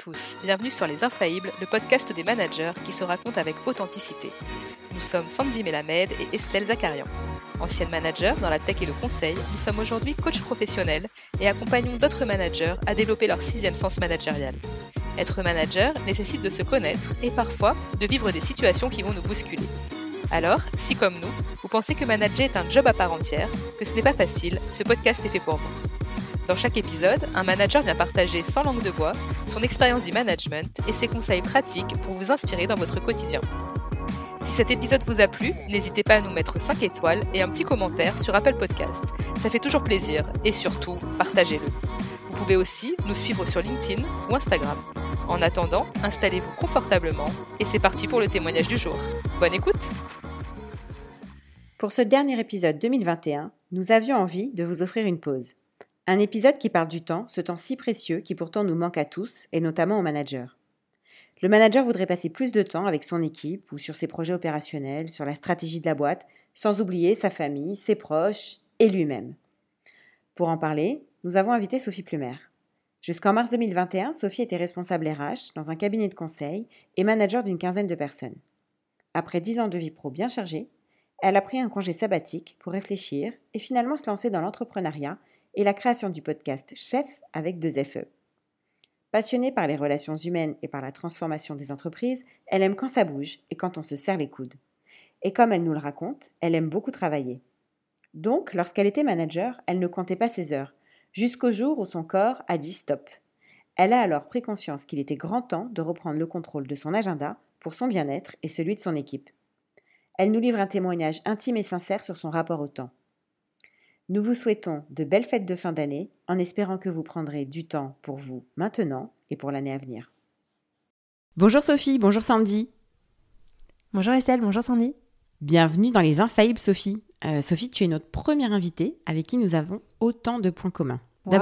tous, bienvenue sur Les Infaillibles, le podcast des managers qui se racontent avec authenticité. Nous sommes Sandy Melamed et Estelle Zakarian. Anciennes managers dans la tech et le conseil, nous sommes aujourd'hui coachs professionnels et accompagnons d'autres managers à développer leur sixième sens managérial. Être manager nécessite de se connaître et parfois de vivre des situations qui vont nous bousculer. Alors, si comme nous, vous pensez que manager est un job à part entière, que ce n'est pas facile, ce podcast est fait pour vous. Dans chaque épisode, un manager vient partager sans langue de bois son expérience du management et ses conseils pratiques pour vous inspirer dans votre quotidien. Si cet épisode vous a plu, n'hésitez pas à nous mettre 5 étoiles et un petit commentaire sur Apple Podcast. Ça fait toujours plaisir et surtout, partagez-le. Vous pouvez aussi nous suivre sur LinkedIn ou Instagram. En attendant, installez-vous confortablement et c'est parti pour le témoignage du jour. Bonne écoute! Pour ce dernier épisode 2021, nous avions envie de vous offrir une pause. Un épisode qui parle du temps, ce temps si précieux qui pourtant nous manque à tous, et notamment aux managers. Le manager voudrait passer plus de temps avec son équipe ou sur ses projets opérationnels, sur la stratégie de la boîte, sans oublier sa famille, ses proches et lui-même. Pour en parler, nous avons invité Sophie Plumer. Jusqu'en mars 2021, Sophie était responsable RH dans un cabinet de conseil et manager d'une quinzaine de personnes. Après 10 ans de vie pro bien chargée, elle a pris un congé sabbatique pour réfléchir et finalement se lancer dans l'entrepreneuriat et la création du podcast Chef avec 2 FE. Passionnée par les relations humaines et par la transformation des entreprises, elle aime quand ça bouge et quand on se serre les coudes. Et comme elle nous le raconte, elle aime beaucoup travailler. Donc, lorsqu'elle était manager, elle ne comptait pas ses heures, jusqu'au jour où son corps a dit stop. Elle a alors pris conscience qu'il était grand temps de reprendre le contrôle de son agenda pour son bien-être et celui de son équipe. Elle nous livre un témoignage intime et sincère sur son rapport au temps. Nous vous souhaitons de belles fêtes de fin d'année en espérant que vous prendrez du temps pour vous maintenant et pour l'année à venir. Bonjour Sophie, bonjour Sandy. Bonjour Estelle, bonjour Sandy. Bienvenue dans Les Infaillibles Sophie. Sophie, tu es notre première invitée avec qui nous avons autant de points communs. Wow.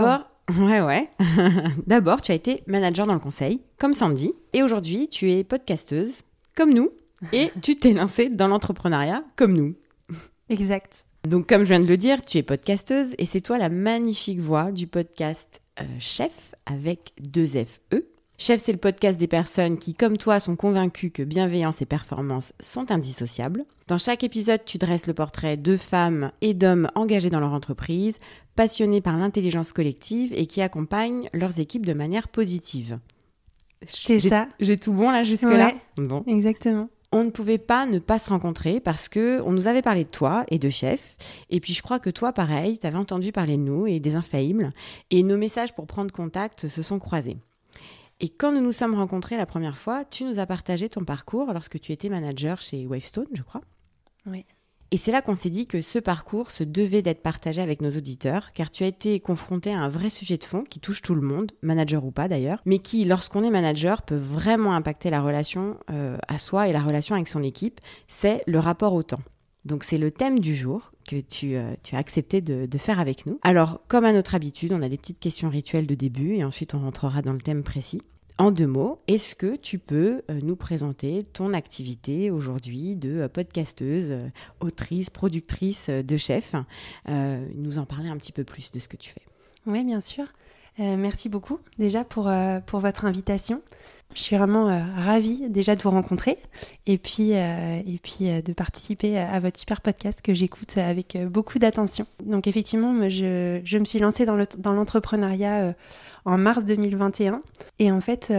D'abord, tu as été manager dans le conseil, comme Sandy, et aujourd'hui, tu es podcasteuse, comme nous, et tu t'es lancée dans l'entrepreneuriat, comme nous. Exact. Donc, comme je viens de le dire, tu es podcasteuse et c'est toi la magnifique voix du podcast Chef avec 2 FE. Chef, c'est le podcast des personnes qui, comme toi, sont convaincues que bienveillance et performance sont indissociables. Dans chaque épisode, tu dresses le portrait de femmes et d'hommes engagés dans leur entreprise, passionnés par l'intelligence collective et qui accompagnent leurs équipes de manière positive. Ça. J'ai tout bon là jusque-là ? Ouais, bon. Exactement. On ne pouvait pas ne pas se rencontrer parce qu'on nous avait parlé de toi et de Chef. Et puis je crois que toi, pareil, tu avais entendu parler de nous et des Infaillibles. Et nos messages pour prendre contact se sont croisés. Et quand nous nous sommes rencontrés la première fois, tu nous as partagé ton parcours lorsque tu étais manager chez Wavestone, je crois. Oui. Et c'est là qu'on s'est dit que ce parcours se devait d'être partagé avec nos auditeurs, car tu as été confronté à un vrai sujet de fond qui touche tout le monde, manager ou pas d'ailleurs, mais qui, lorsqu'on est manager, peut vraiment impacter la relation à soi et la relation avec son équipe, c'est le rapport au temps. Donc c'est le thème du jour que tu as accepté de faire avec nous. Alors, comme à notre habitude, on a des petites questions rituelles de début et ensuite on rentrera dans le thème précis. En 2 mots, est-ce que tu peux nous présenter ton activité aujourd'hui de podcasteuse, autrice, productrice de Chef, nous en parler un petit peu plus de ce que tu fais? Oui, bien sûr. Merci beaucoup déjà pour votre invitation. Je suis vraiment ravie déjà de vous rencontrer et puis de participer à votre super podcast que j'écoute avec beaucoup d'attention. Donc effectivement, moi, je me suis lancée dans l'entrepreneuriat en mars 2021 et en fait,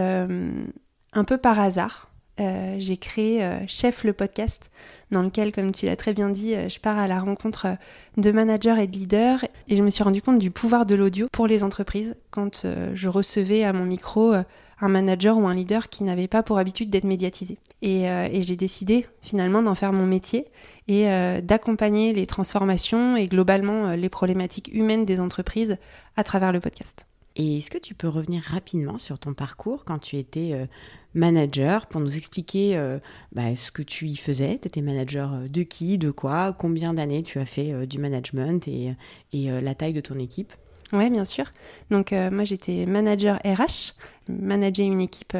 un peu par hasard, j'ai créé Chef le podcast dans lequel, comme tu l'as très bien dit, je pars à la rencontre de managers et de leaders et je me suis rendu compte du pouvoir de l'audio pour les entreprises quand je recevais à mon micro un manager ou un leader qui n'avait pas pour habitude d'être médiatisé. Et j'ai décidé finalement d'en faire mon métier et d'accompagner les transformations et globalement les problématiques humaines des entreprises à travers le podcast. Et est-ce que tu peux revenir rapidement sur ton parcours quand tu étais manager pour nous expliquer ce que tu y faisais? Tu étais manager de qui, de quoi, combien d'années tu as fait du management et la taille de ton équipe? Oui, bien sûr. Donc, moi, j'étais manager RH, manager une équipe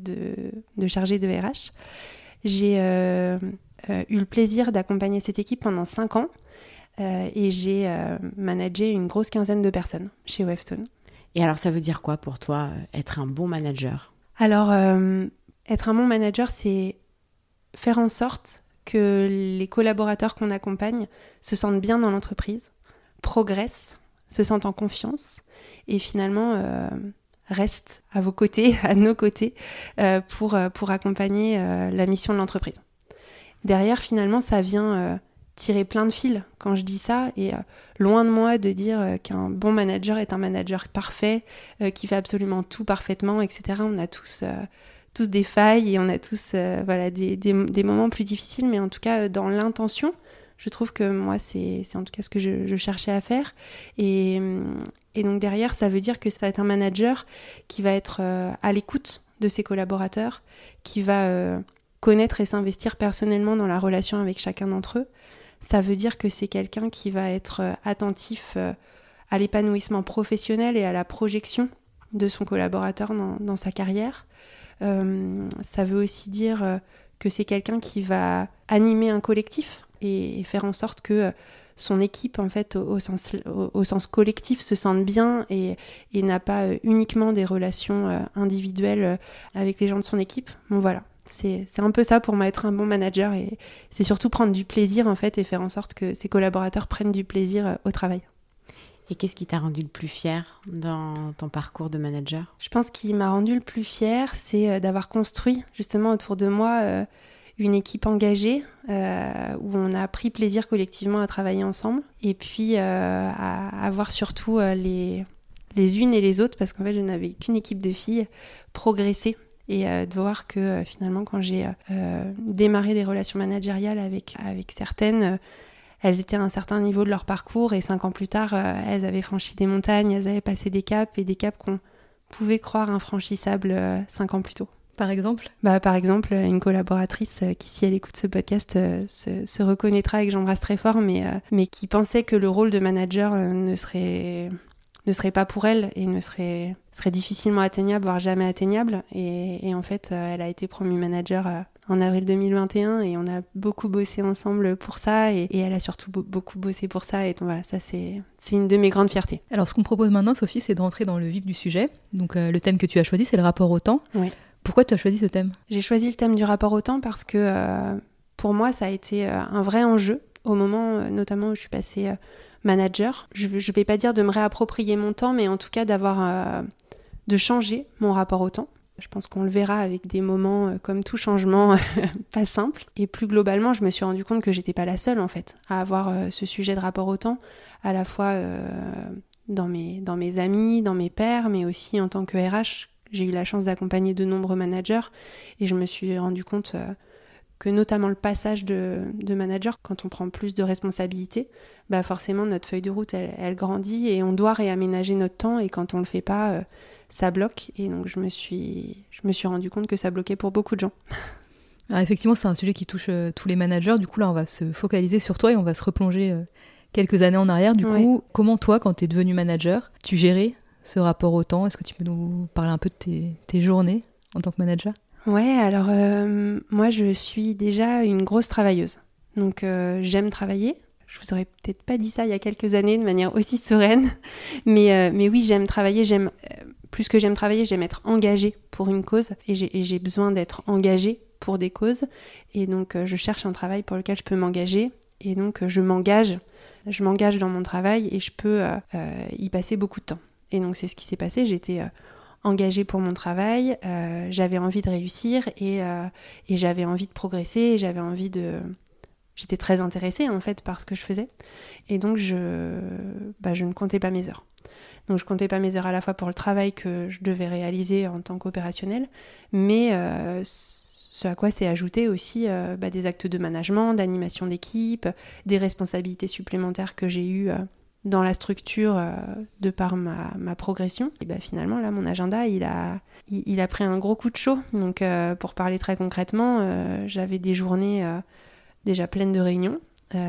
de chargés de RH. J'ai eu le plaisir d'accompagner cette équipe pendant 5 ans et j'ai managé une grosse quinzaine de personnes chez Wavestone. Et alors, ça veut dire quoi pour toi, être un bon manager ? Alors, être un bon manager, c'est faire en sorte que les collaborateurs qu'on accompagne se sentent bien dans l'entreprise, progressent, se sentent en confiance et finalement restent à vos côtés, à nos côtés, pour accompagner la mission de l'entreprise. Derrière, finalement, ça vient tirer plein de fils quand je dis ça et loin de moi de dire qu'un bon manager est un manager parfait, qui fait absolument tout parfaitement, etc. On a tous des failles et on a tous des moments plus difficiles, mais en tout cas dans l'intention, je trouve que moi c'est en tout cas ce que je cherchais à faire et donc derrière ça veut dire que ça va être un manager qui va être à l'écoute de ses collaborateurs, qui va connaître et s'investir personnellement dans la relation avec chacun d'entre eux. Ça veut dire que c'est quelqu'un qui va être attentif à l'épanouissement professionnel et à la projection de son collaborateur dans sa carrière. Ça veut aussi dire que c'est quelqu'un qui va animer un collectif et faire en sorte que son équipe, en fait, au sens collectif, se sente bien et n'a pas uniquement des relations individuelles avec les gens de son équipe. Bon, voilà. C'est un peu ça pour moi, être un bon manager, et c'est surtout prendre du plaisir en fait et faire en sorte que ses collaborateurs prennent du plaisir au travail. Et qu'est-ce qui t'a rendu le plus fier dans ton parcours de manager ? Je pense qu'il m'a rendu le plus fier, c'est d'avoir construit justement autour de moi une équipe engagée où on a pris plaisir collectivement à travailler ensemble et puis à voir surtout les unes et les autres, parce qu'en fait je n'avais qu'une équipe de filles, progresser. Et de voir que finalement, quand j'ai démarré des relations managériales avec certaines, elles étaient à un certain niveau de leur parcours et 5 ans plus tard, elles avaient franchi des montagnes, elles avaient passé des caps et des caps qu'on pouvait croire infranchissables 5 ans plus tôt. Par exemple ? Par exemple, une collaboratrice qui, si elle écoute ce podcast, se reconnaîtra et que j'embrasse très fort, mais qui pensait que le rôle de manager ne serait pas pour elle et serait difficilement atteignable, voire jamais atteignable. Et en fait, elle a été promue manager en avril 2021 et on a beaucoup bossé ensemble pour ça et elle a surtout beaucoup bossé pour ça. Et donc voilà, ça c'est une de mes grandes fiertés. Alors ce qu'on propose maintenant, Sophie, c'est de rentrer dans le vif du sujet. Donc le thème que tu as choisi, c'est le rapport au temps. Oui. Pourquoi tu as choisi ce thème ? J'ai choisi le thème du rapport au temps parce que pour moi, ça a été un vrai enjeu au moment notamment où je suis passée manager. Je vais pas dire de me réapproprier mon temps, mais en tout cas de changer mon rapport au temps. Je pense qu'on le verra avec des moments comme tout changement pas simple. Et plus globalement, je me suis rendu compte que j'étais pas la seule en fait à avoir ce sujet de rapport au temps, à la fois dans mes amis, dans mes pairs, mais aussi en tant que RH. J'ai eu la chance d'accompagner de nombreux managers et je me suis rendu compte que notamment le passage de manager, quand on prend plus de responsabilités, forcément notre feuille de route elle grandit et on doit réaménager notre temps, et quand on le fait pas, ça bloque. Et donc je me suis rendu compte que ça bloquait pour beaucoup de gens. Alors effectivement, c'est un sujet qui touche tous les managers. Du coup là, on va se focaliser sur toi et on va se replonger quelques années en arrière. Du coup, comment toi, quand tu es devenu manager, tu gérais ce rapport au temps ? Est-ce que tu peux nous parler un peu de tes journées en tant que manager ? Ouais, alors moi je suis déjà une grosse travailleuse, donc j'aime travailler. Je vous aurais peut-être pas dit ça il y a quelques années de manière aussi sereine, mais oui, j'aime travailler, plus que j'aime travailler, j'aime être engagée pour une cause, et j'ai besoin d'être engagée pour des causes, et donc je cherche un travail pour lequel je peux m'engager, et donc je m'engage dans mon travail et je peux y passer beaucoup de temps. Et donc c'est ce qui s'est passé, j'étais engagée pour mon travail, j'avais envie de réussir et j'avais envie de progresser, j'étais très intéressée en fait par ce que je faisais, et donc je ne comptais pas mes heures. Donc je comptais pas mes heures à la fois pour le travail que je devais réaliser en tant qu'opérationnel, mais ce à quoi s'est ajouté aussi des actes de management, d'animation d'équipe, des responsabilités supplémentaires que j'ai eues dans la structure de par ma progression. Et finalement, là, mon agenda, il a pris un gros coup de chaud. Donc, pour parler très concrètement, j'avais des journées déjà pleines de réunions,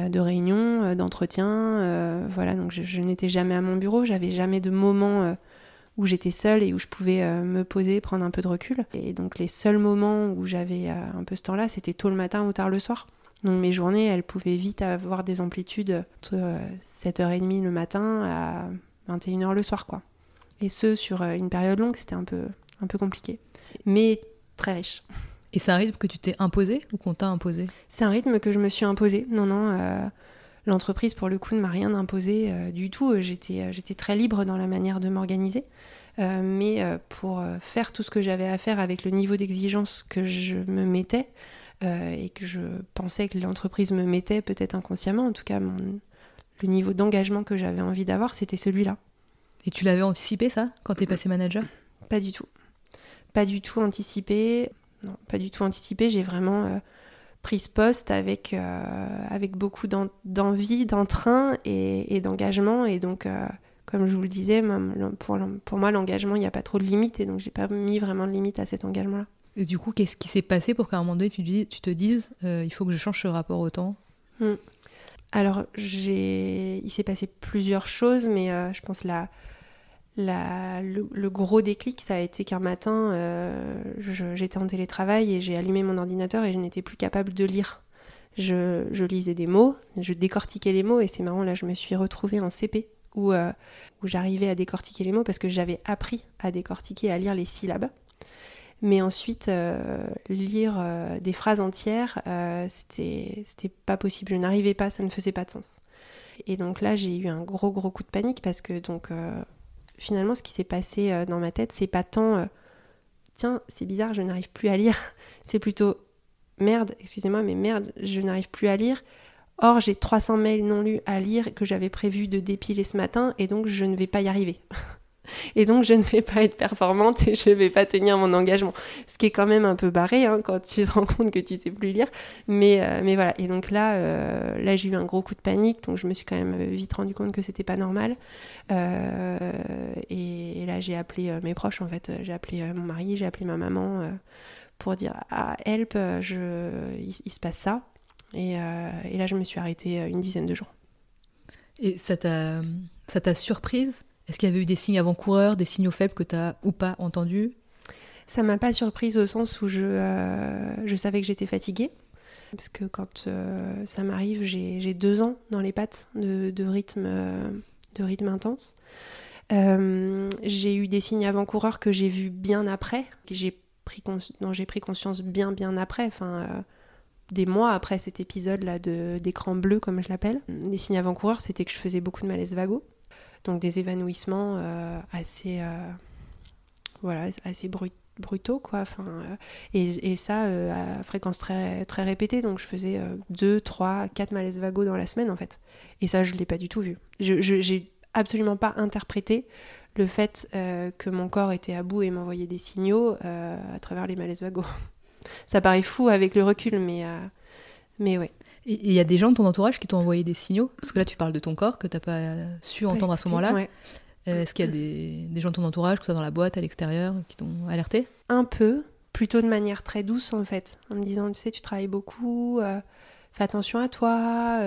d'entretiens. Voilà, donc je n'étais jamais à mon bureau, j'avais jamais de moment où j'étais seule et où je pouvais me poser, prendre un peu de recul. Et donc, les seuls moments où j'avais un peu ce temps-là, c'était tôt le matin ou tard le soir. Donc mes journées, elles pouvaient vite avoir des amplitudes entre 7h30 le matin à 21h le soir, quoi. Et ce, sur une période longue, c'était un peu un peu compliqué, mais très riche. Et c'est un rythme que tu t'es imposé ou qu'on t'a imposé ? C'est un rythme que je me suis imposé. Non, l'entreprise, pour le coup, ne m'a rien imposé du tout. J'étais très libre dans la manière de m'organiser. Mais pour faire tout ce que j'avais à faire avec le niveau d'exigence que je me mettais et que je pensais que l'entreprise me mettait, peut-être inconsciemment, en tout cas, le niveau d'engagement que j'avais envie d'avoir, c'était celui-là. Et tu l'avais anticipé, ça, quand t'es passé manager ? Pas du tout. Pas du tout anticipé. Non, pas du tout anticipé. J'ai vraiment pris ce poste avec beaucoup d'envie, d'entrain et d'engagement. Et donc, comme je vous le disais, pour moi, l'engagement, il n'y a pas trop de limites. Et donc, j'ai pas mis vraiment de limite à cet engagement-là. Et du coup, qu'est-ce qui s'est passé pour qu'à un moment donné, tu te dises il faut que je change ce rapport au temps ? Alors, il s'est passé plusieurs choses, mais je pense le gros déclic, ça a été qu'un matin, j'étais en télétravail et j'ai allumé mon ordinateur et je n'étais plus capable de lire. Je lisais des mots, je décortiquais les mots et c'est marrant, là je me suis retrouvée en CP où j'arrivais à décortiquer les mots parce que j'avais appris à décortiquer, à lire les syllabes. Mais ensuite, lire des phrases entières, c'était pas possible. Je n'arrivais pas, ça ne faisait pas de sens. Et donc là, j'ai eu un gros coup de panique parce que finalement, ce qui s'est passé dans ma tête, c'est pas tant tiens, c'est bizarre, je n'arrive plus à lire. C'est plutôt merde, excusez-moi, mais merde, je n'arrive plus à lire. Or, j'ai 300 mails non lus à lire que j'avais prévu de dépiler ce matin et donc je ne vais pas y arriver. Et donc, je ne vais pas être performante et je ne vais pas tenir mon engagement. Ce qui est quand même un peu barré quand tu te rends compte que tu ne sais plus lire. Mais voilà. Et donc là, j'ai eu un gros coup de panique. Donc, je me suis quand même vite rendu compte que ce n'était pas normal. Et là, j'ai appelé mes proches, en fait. J'ai appelé mon mari, j'ai appelé ma maman pour dire « Ah, help, il se passe ça ». Et là, je me suis arrêtée une dizaine de jours. Et ça t'a surprise ? Est-ce qu'il y avait eu des signes avant-coureurs, des signaux faibles que tu as ou pas entendus ? Ça m'a pas surprise au sens où je savais que j'étais fatiguée. Parce que quand ça m'arrive, j'ai 2 ans dans les pattes de rythme intense. J'ai eu des signes avant-coureurs que j'ai vus bien après, dont j'ai pris conscience bien après. Des mois après cet épisode-là d'écran bleu, comme je l'appelle. Les signes avant-coureurs, c'était que je faisais beaucoup de malaise vago. Donc des évanouissements assez brutaux, quoi. Et ça à fréquence très, très répétée. Donc je faisais 2, 3, 4 malaises vagos dans la semaine, en fait. Et ça, je ne l'ai pas du tout vu. J'ai absolument pas interprété le fait que mon corps était à bout et m'envoyait des signaux à travers les malaises vagos. Ça paraît fou avec le recul, mais ouais. Et il y a des gens de ton entourage qui t'ont envoyé des signaux ? Parce que là, tu parles de ton corps que tu n'as pas su entendre à ce moment-là. Ouais. Est-ce qu'il y a des gens de ton entourage, que ce soit dans la boîte, à l'extérieur, qui t'ont alerté ? Un peu, plutôt de manière très douce, en fait. En me disant, tu sais, tu travailles beaucoup, fais attention à toi.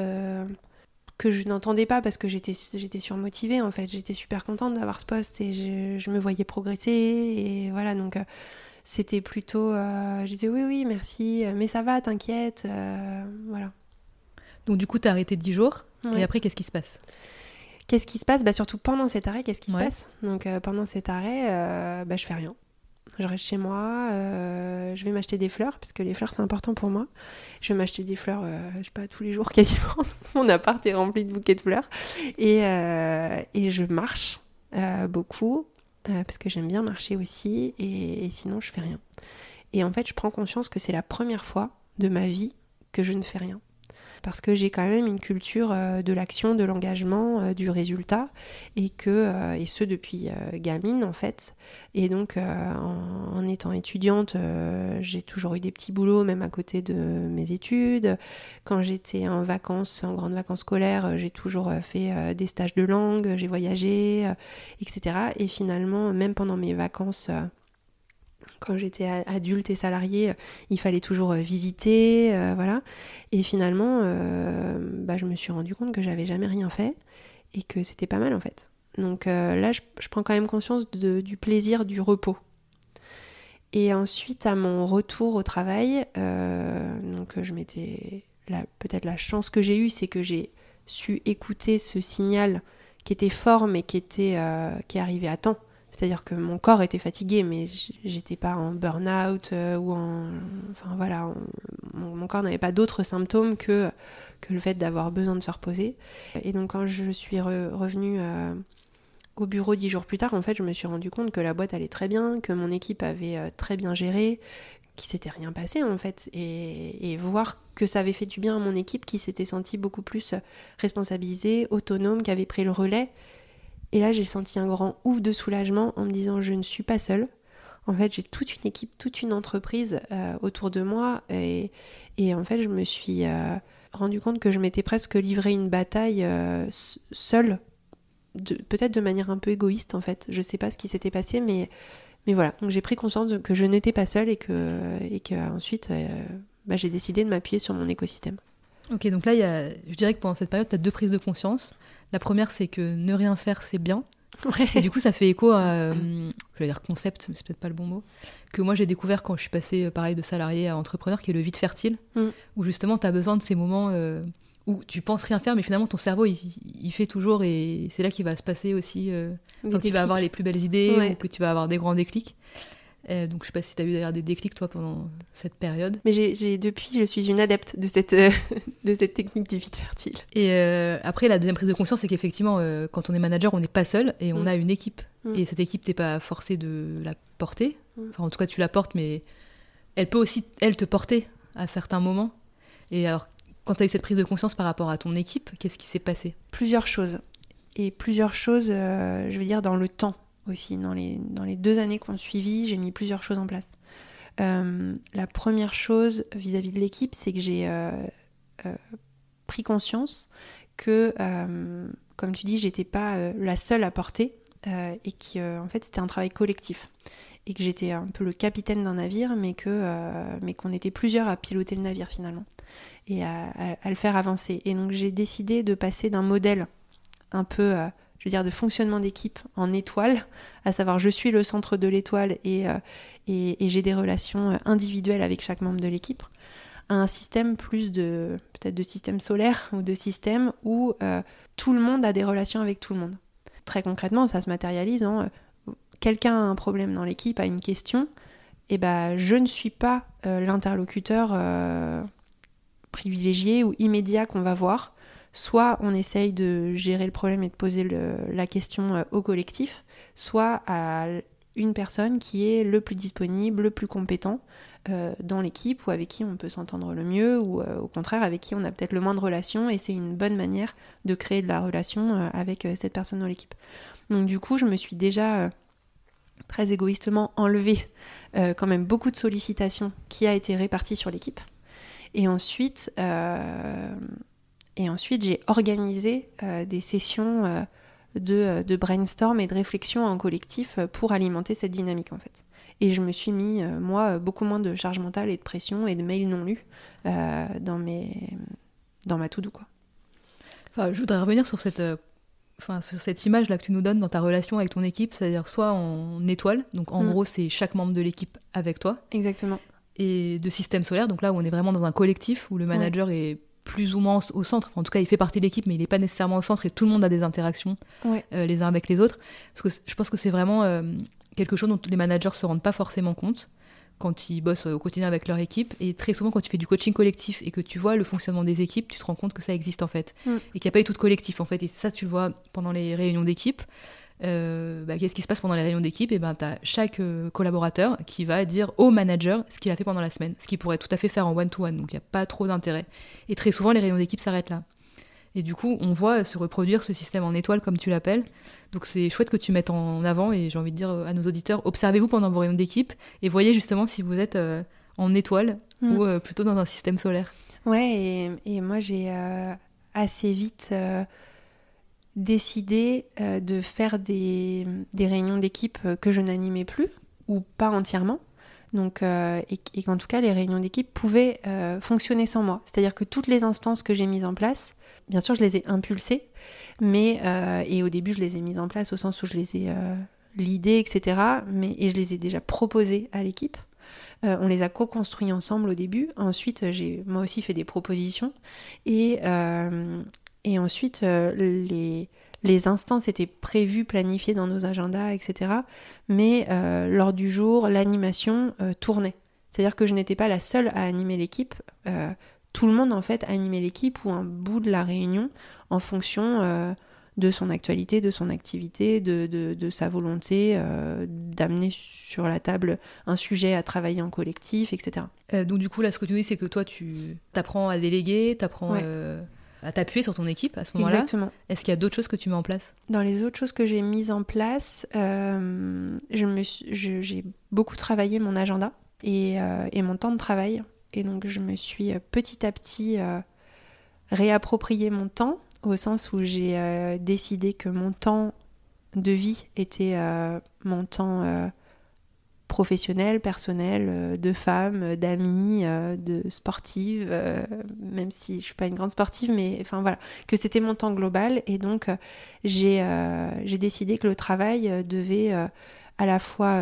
Que je n'entendais pas parce que j'étais surmotivée, en fait. J'étais super contente d'avoir ce poste et je me voyais progresser. Et voilà, donc... c'était plutôt... je disais oui, merci, mais ça va, t'inquiète, voilà. Donc du coup, t'as arrêté 10 jours, ouais. Et après, qu'est-ce qui se passe ? Qu'est-ce qui se passe ? Surtout pendant cet arrêt, qu'est-ce qui se passe ? Donc pendant cet arrêt, je fais rien. Je reste chez moi, je vais m'acheter des fleurs, parce que les fleurs, c'est important pour moi. Je vais m'acheter des fleurs, je sais pas, tous les jours quasiment. Mon appart est rempli de bouquets de fleurs. Et je marche beaucoup, parce que j'aime bien marcher aussi, et sinon, je fais rien. Et en fait, je prends conscience que c'est la première fois de ma vie que je ne fais rien. Parce que j'ai quand même une culture de l'action, de l'engagement, du résultat, et ce depuis gamine en fait. Et donc en étant étudiante, j'ai toujours eu des petits boulots, même à côté de mes études. Quand j'étais en vacances, en grandes vacances scolaires, j'ai toujours fait des stages de langue, j'ai voyagé, etc. Et finalement, même pendant mes vacances... quand j'étais adulte et salariée, il fallait toujours visiter, voilà. Et finalement, je me suis rendu compte que j'avais jamais rien fait et que c'était pas mal en fait. Donc là, je prends quand même conscience du plaisir du repos. Et ensuite, à mon retour au travail, peut-être la chance que j'ai eue, c'est que j'ai su écouter ce signal qui était fort mais qui arrivait à temps. C'est-à-dire que mon corps était fatigué, mais j'étais pas en burn-out ou en... Enfin voilà, mon corps n'avait pas d'autres symptômes que le fait d'avoir besoin de se reposer. Et donc quand je suis revenue au bureau 10 jours plus tard, en fait, je me suis rendu compte que la boîte allait très bien, que mon équipe avait très bien géré, qu'il s'était rien passé en fait. Et voir que ça avait fait du bien à mon équipe qui s'était sentie beaucoup plus responsabilisée, autonome, qui avait pris le relais. Et là, j'ai senti un grand ouf de soulagement en me disant je ne suis pas seule. En fait, j'ai toute une équipe, toute une entreprise autour de moi. Et en fait, je me suis rendu compte que je m'étais presque livré une bataille seule, peut-être de manière un peu égoïste en fait. Je ne sais pas ce qui s'était passé, mais voilà. Donc j'ai pris conscience que je n'étais pas seule et que ensuite, j'ai décidé de m'appuyer sur mon écosystème. Ok, donc là, je dirais que pendant cette période, tu as 2 prises de conscience. La première, c'est que ne rien faire, c'est bien. Ouais. Et du coup, ça fait écho à, je vais dire concept, mais c'est peut-être pas le bon mot, que moi j'ai découvert quand je suis passée, pareil, de salarié à entrepreneur, qui est le vide fertile, où justement, tu as besoin de ces moments où tu penses rien faire, mais finalement, ton cerveau, il fait toujours, et c'est là qu'il va se passer aussi, quand tu vas avoir les plus belles idées, ou que tu vas avoir des grands déclics. Donc je sais pas si tu as eu d'ailleurs des déclics toi pendant cette période. Mais depuis je suis une adepte de cette technique du vide fertile. Et après la deuxième prise de conscience c'est qu'effectivement quand on est manager on n'est pas seul et on a une équipe. Et cette équipe t'es pas forcé de la porter. Enfin en tout cas tu la portes mais elle peut aussi elle te porter à certains moments. Et alors quand tu as eu cette prise de conscience par rapport à ton équipe, qu'est-ce qui s'est passé? Plusieurs choses. Et plusieurs choses je veux dire dans le temps. Aussi, dans les 2 années qu'on suivi, j'ai mis plusieurs choses en place. La première chose vis-à-vis de l'équipe, c'est que j'ai pris conscience que, comme tu dis, j'étais pas la seule à porter et qu'en fait c'était un travail collectif et que j'étais un peu le capitaine d'un navire, mais qu'on était plusieurs à piloter le navire finalement et à le faire avancer. Et donc j'ai décidé de passer d'un modèle un peu je veux dire de fonctionnement d'équipe en étoile, à savoir je suis le centre de l'étoile et j'ai des relations individuelles avec chaque membre de l'équipe, à un système plus peut-être de système solaire ou de système où tout le monde a des relations avec tout le monde. Très concrètement, ça se matérialise en quelqu'un a un problème dans l'équipe, a une question, et je ne suis pas l'interlocuteur privilégié ou immédiat qu'on va voir. Soit on essaye de gérer le problème et de poser la question au collectif, soit à une personne qui est le plus disponible, le plus compétent dans l'équipe ou avec qui on peut s'entendre le mieux ou au contraire avec qui on a peut-être le moins de relations et c'est une bonne manière de créer de la relation avec cette personne dans l'équipe. Donc du coup, je me suis déjà très égoïstement enlevé quand même beaucoup de sollicitations qui a été répartie sur l'équipe. Et ensuite, j'ai organisé des sessions de brainstorm et de réflexion en collectif pour alimenter cette dynamique en fait. Et je me suis mis, moi, beaucoup moins de charge mentale et de pression et de mails non lus dans ma to-do, quoi. Enfin, je voudrais revenir sur cette image-là que tu nous donnes dans ta relation avec ton équipe, c'est-à-dire soit en étoile, donc en gros c'est chaque membre de l'équipe avec toi. Exactement. Et de système solaire, donc là où on est vraiment dans un collectif, où le manager est plus ou moins au centre, enfin, en tout cas il fait partie de l'équipe mais il n'est pas nécessairement au centre et tout le monde a des interactions les uns avec les autres, parce que je pense que c'est vraiment quelque chose dont les managers ne se rendent pas forcément compte quand ils bossent au quotidien avec leur équipe, et très souvent quand tu fais du coaching collectif et que tu vois le fonctionnement des équipes, tu te rends compte que ça existe en fait, et qu'il n'y a pas eu tout de collectif en fait, et ça tu le vois pendant les réunions d'équipe. Qu'est-ce qui se passe pendant les réunions d'équipe? Et t'as chaque collaborateur qui va dire au manager ce qu'il a fait pendant la semaine, ce qu'il pourrait tout à fait faire en one-to-one, donc il n'y a pas trop d'intérêt. Et très souvent, les réunions d'équipe s'arrêtent là. Et du coup, on voit se reproduire ce système en étoile, comme tu l'appelles. Donc c'est chouette que tu mettes en avant, et j'ai envie de dire à nos auditeurs, observez-vous pendant vos réunions d'équipe et voyez justement si vous êtes en étoile ou plutôt dans un système solaire. Ouais, et moi j'ai assez vite décidé de faire des réunions d'équipe que je n'animais plus, ou pas entièrement. Donc, et qu'en tout cas, les réunions d'équipe pouvaient fonctionner sans moi. C'est-à-dire que toutes les instances que j'ai mises en place, bien sûr, je les ai impulsées, mais et au début, je les ai mises en place au sens où je les ai leadées, etc. Et je les ai déjà proposées à l'équipe. On les a co-construits ensemble au début. Ensuite, j'ai moi aussi fait des propositions. Et ensuite, les instances étaient prévues, planifiées dans nos agendas, etc. Mais lors du jour, l'animation tournait. C'est-à-dire que je n'étais pas la seule à animer l'équipe. Tout le monde, en fait, animait l'équipe ou un bout de la réunion en fonction de son actualité, de son activité, de sa volonté d'amener sur la table un sujet à travailler en collectif, etc. Donc du coup, là, ce que tu dis, c'est que toi, tu apprends à déléguer, tu apprends à t'appuyer sur ton équipe à ce moment-là. Exactement. Est-ce qu'il y a d'autres choses que tu mets en place ? Dans les autres choses que j'ai mises en place, j'ai beaucoup travaillé mon agenda et mon temps de travail. Et donc, je me suis petit à petit réapproprié mon temps, au sens où j'ai décidé que mon temps de vie était mon temps professionnel, personnel, de femme, d'amis, de sportive, même si je suis pas une grande sportive, mais enfin voilà, que c'était mon temps global. Et donc j'ai décidé que le travail devait à la fois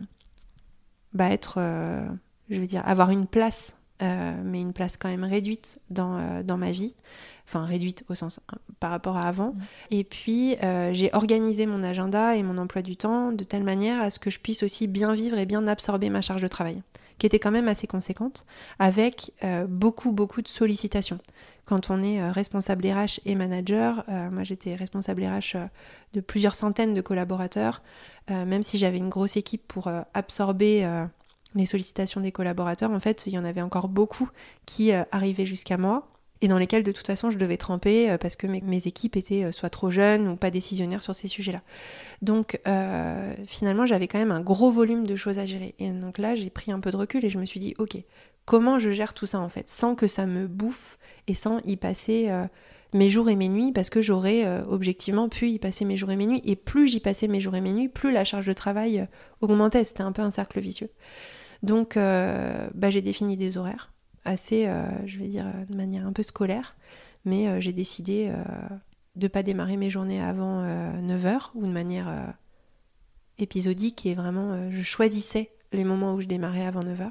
être, je veux dire, avoir une place, mais une place quand même réduite dans ma vie. Enfin réduite au sens par rapport à avant. Et puis j'ai organisé mon agenda et mon emploi du temps de telle manière à ce que je puisse aussi bien vivre et bien absorber ma charge de travail, qui était quand même assez conséquente, avec beaucoup de sollicitations. Quand on est responsable RH et manager, moi j'étais responsable RH de plusieurs centaines de collaborateurs, même si j'avais une grosse équipe pour absorber les sollicitations des collaborateurs, en fait il y en avait encore beaucoup qui arrivaient jusqu'à moi, et dans lesquels de toute façon je devais tremper parce que mes équipes étaient soit trop jeunes ou pas décisionnaires sur ces sujets-là. Donc finalement j'avais quand même un gros volume de choses à gérer. Et donc là j'ai pris un peu de recul et je me suis dit ok, comment je gère tout ça en fait, sans que ça me bouffe et sans y passer mes jours et mes nuits, parce que j'aurais objectivement pu y passer mes jours et mes nuits, et plus j'y passais mes jours et mes nuits, plus la charge de travail augmentait. C'était un peu un cercle vicieux. Donc j'ai défini des horaires assez, je vais dire, de manière un peu scolaire, mais j'ai décidé de ne pas démarrer mes journées avant 9h, ou de manière épisodique, et vraiment, je choisissais les moments où je démarrais avant 9h,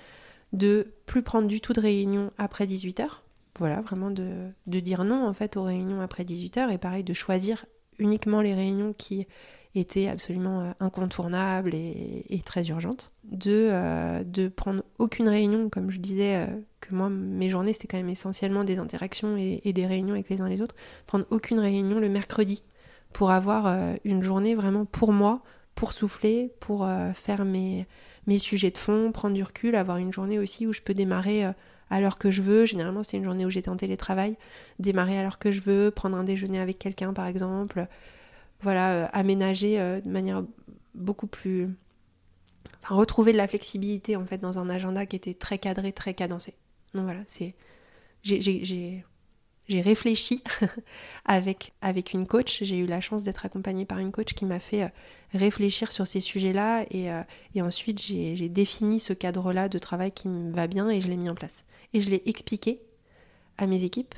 de plus prendre du tout de réunions après 18h, voilà, vraiment de dire non, en fait, aux réunions après 18h, et pareil, de choisir uniquement les réunions qui étaient absolument incontournables et très urgentes, de prendre aucune réunion, comme je disais, que moi, mes journées, c'était quand même essentiellement des interactions et des réunions avec les uns les autres, prendre aucune réunion le mercredi, pour avoir une journée vraiment pour moi, pour souffler, pour faire mes sujets de fond, prendre du recul, avoir une journée aussi où je peux démarrer à l'heure que je veux. Généralement, c'est une journée où j'étais en télétravail, démarrer à l'heure que je veux, prendre un déjeuner avec quelqu'un, par exemple, voilà, aménager de manière beaucoup plus... Enfin, retrouver de la flexibilité, en fait, dans un agenda qui était très cadré, très cadencé. Donc voilà, j'ai réfléchi avec une coach. J'ai eu la chance d'être accompagnée par une coach qui m'a fait réfléchir sur ces sujets-là, et ensuite j'ai défini ce cadre-là de travail qui me va bien, et je l'ai mis en place. Et je l'ai expliqué à mes équipes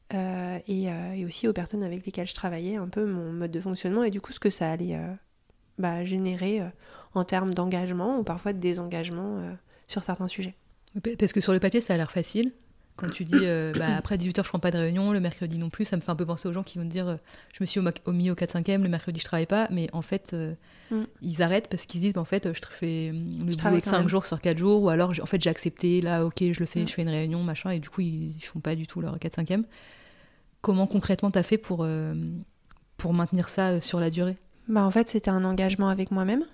et aussi aux personnes avec lesquelles je travaillais, un peu mon mode de fonctionnement, et du coup ce que ça allait générer en termes d'engagement ou parfois de désengagement sur certains sujets. Parce que sur le papier ça a l'air facile. Quand tu dis après 18h je prends pas de réunion, le mercredi non plus, ça me fait un peu penser aux gens qui vont te dire je me suis mis au 4-5e, le mercredi je travaille pas, mais en fait ils arrêtent parce qu'ils se disent en fait je fais le boulot de 5 jours sur 4 jours, ou alors en fait j'ai accepté, là ok je le fais, je fais une réunion machin, et du coup ils font pas du tout leur 4-5e. Comment concrètement t'as fait pour maintenir ça sur la durée ? En fait c'était un engagement avec moi-même,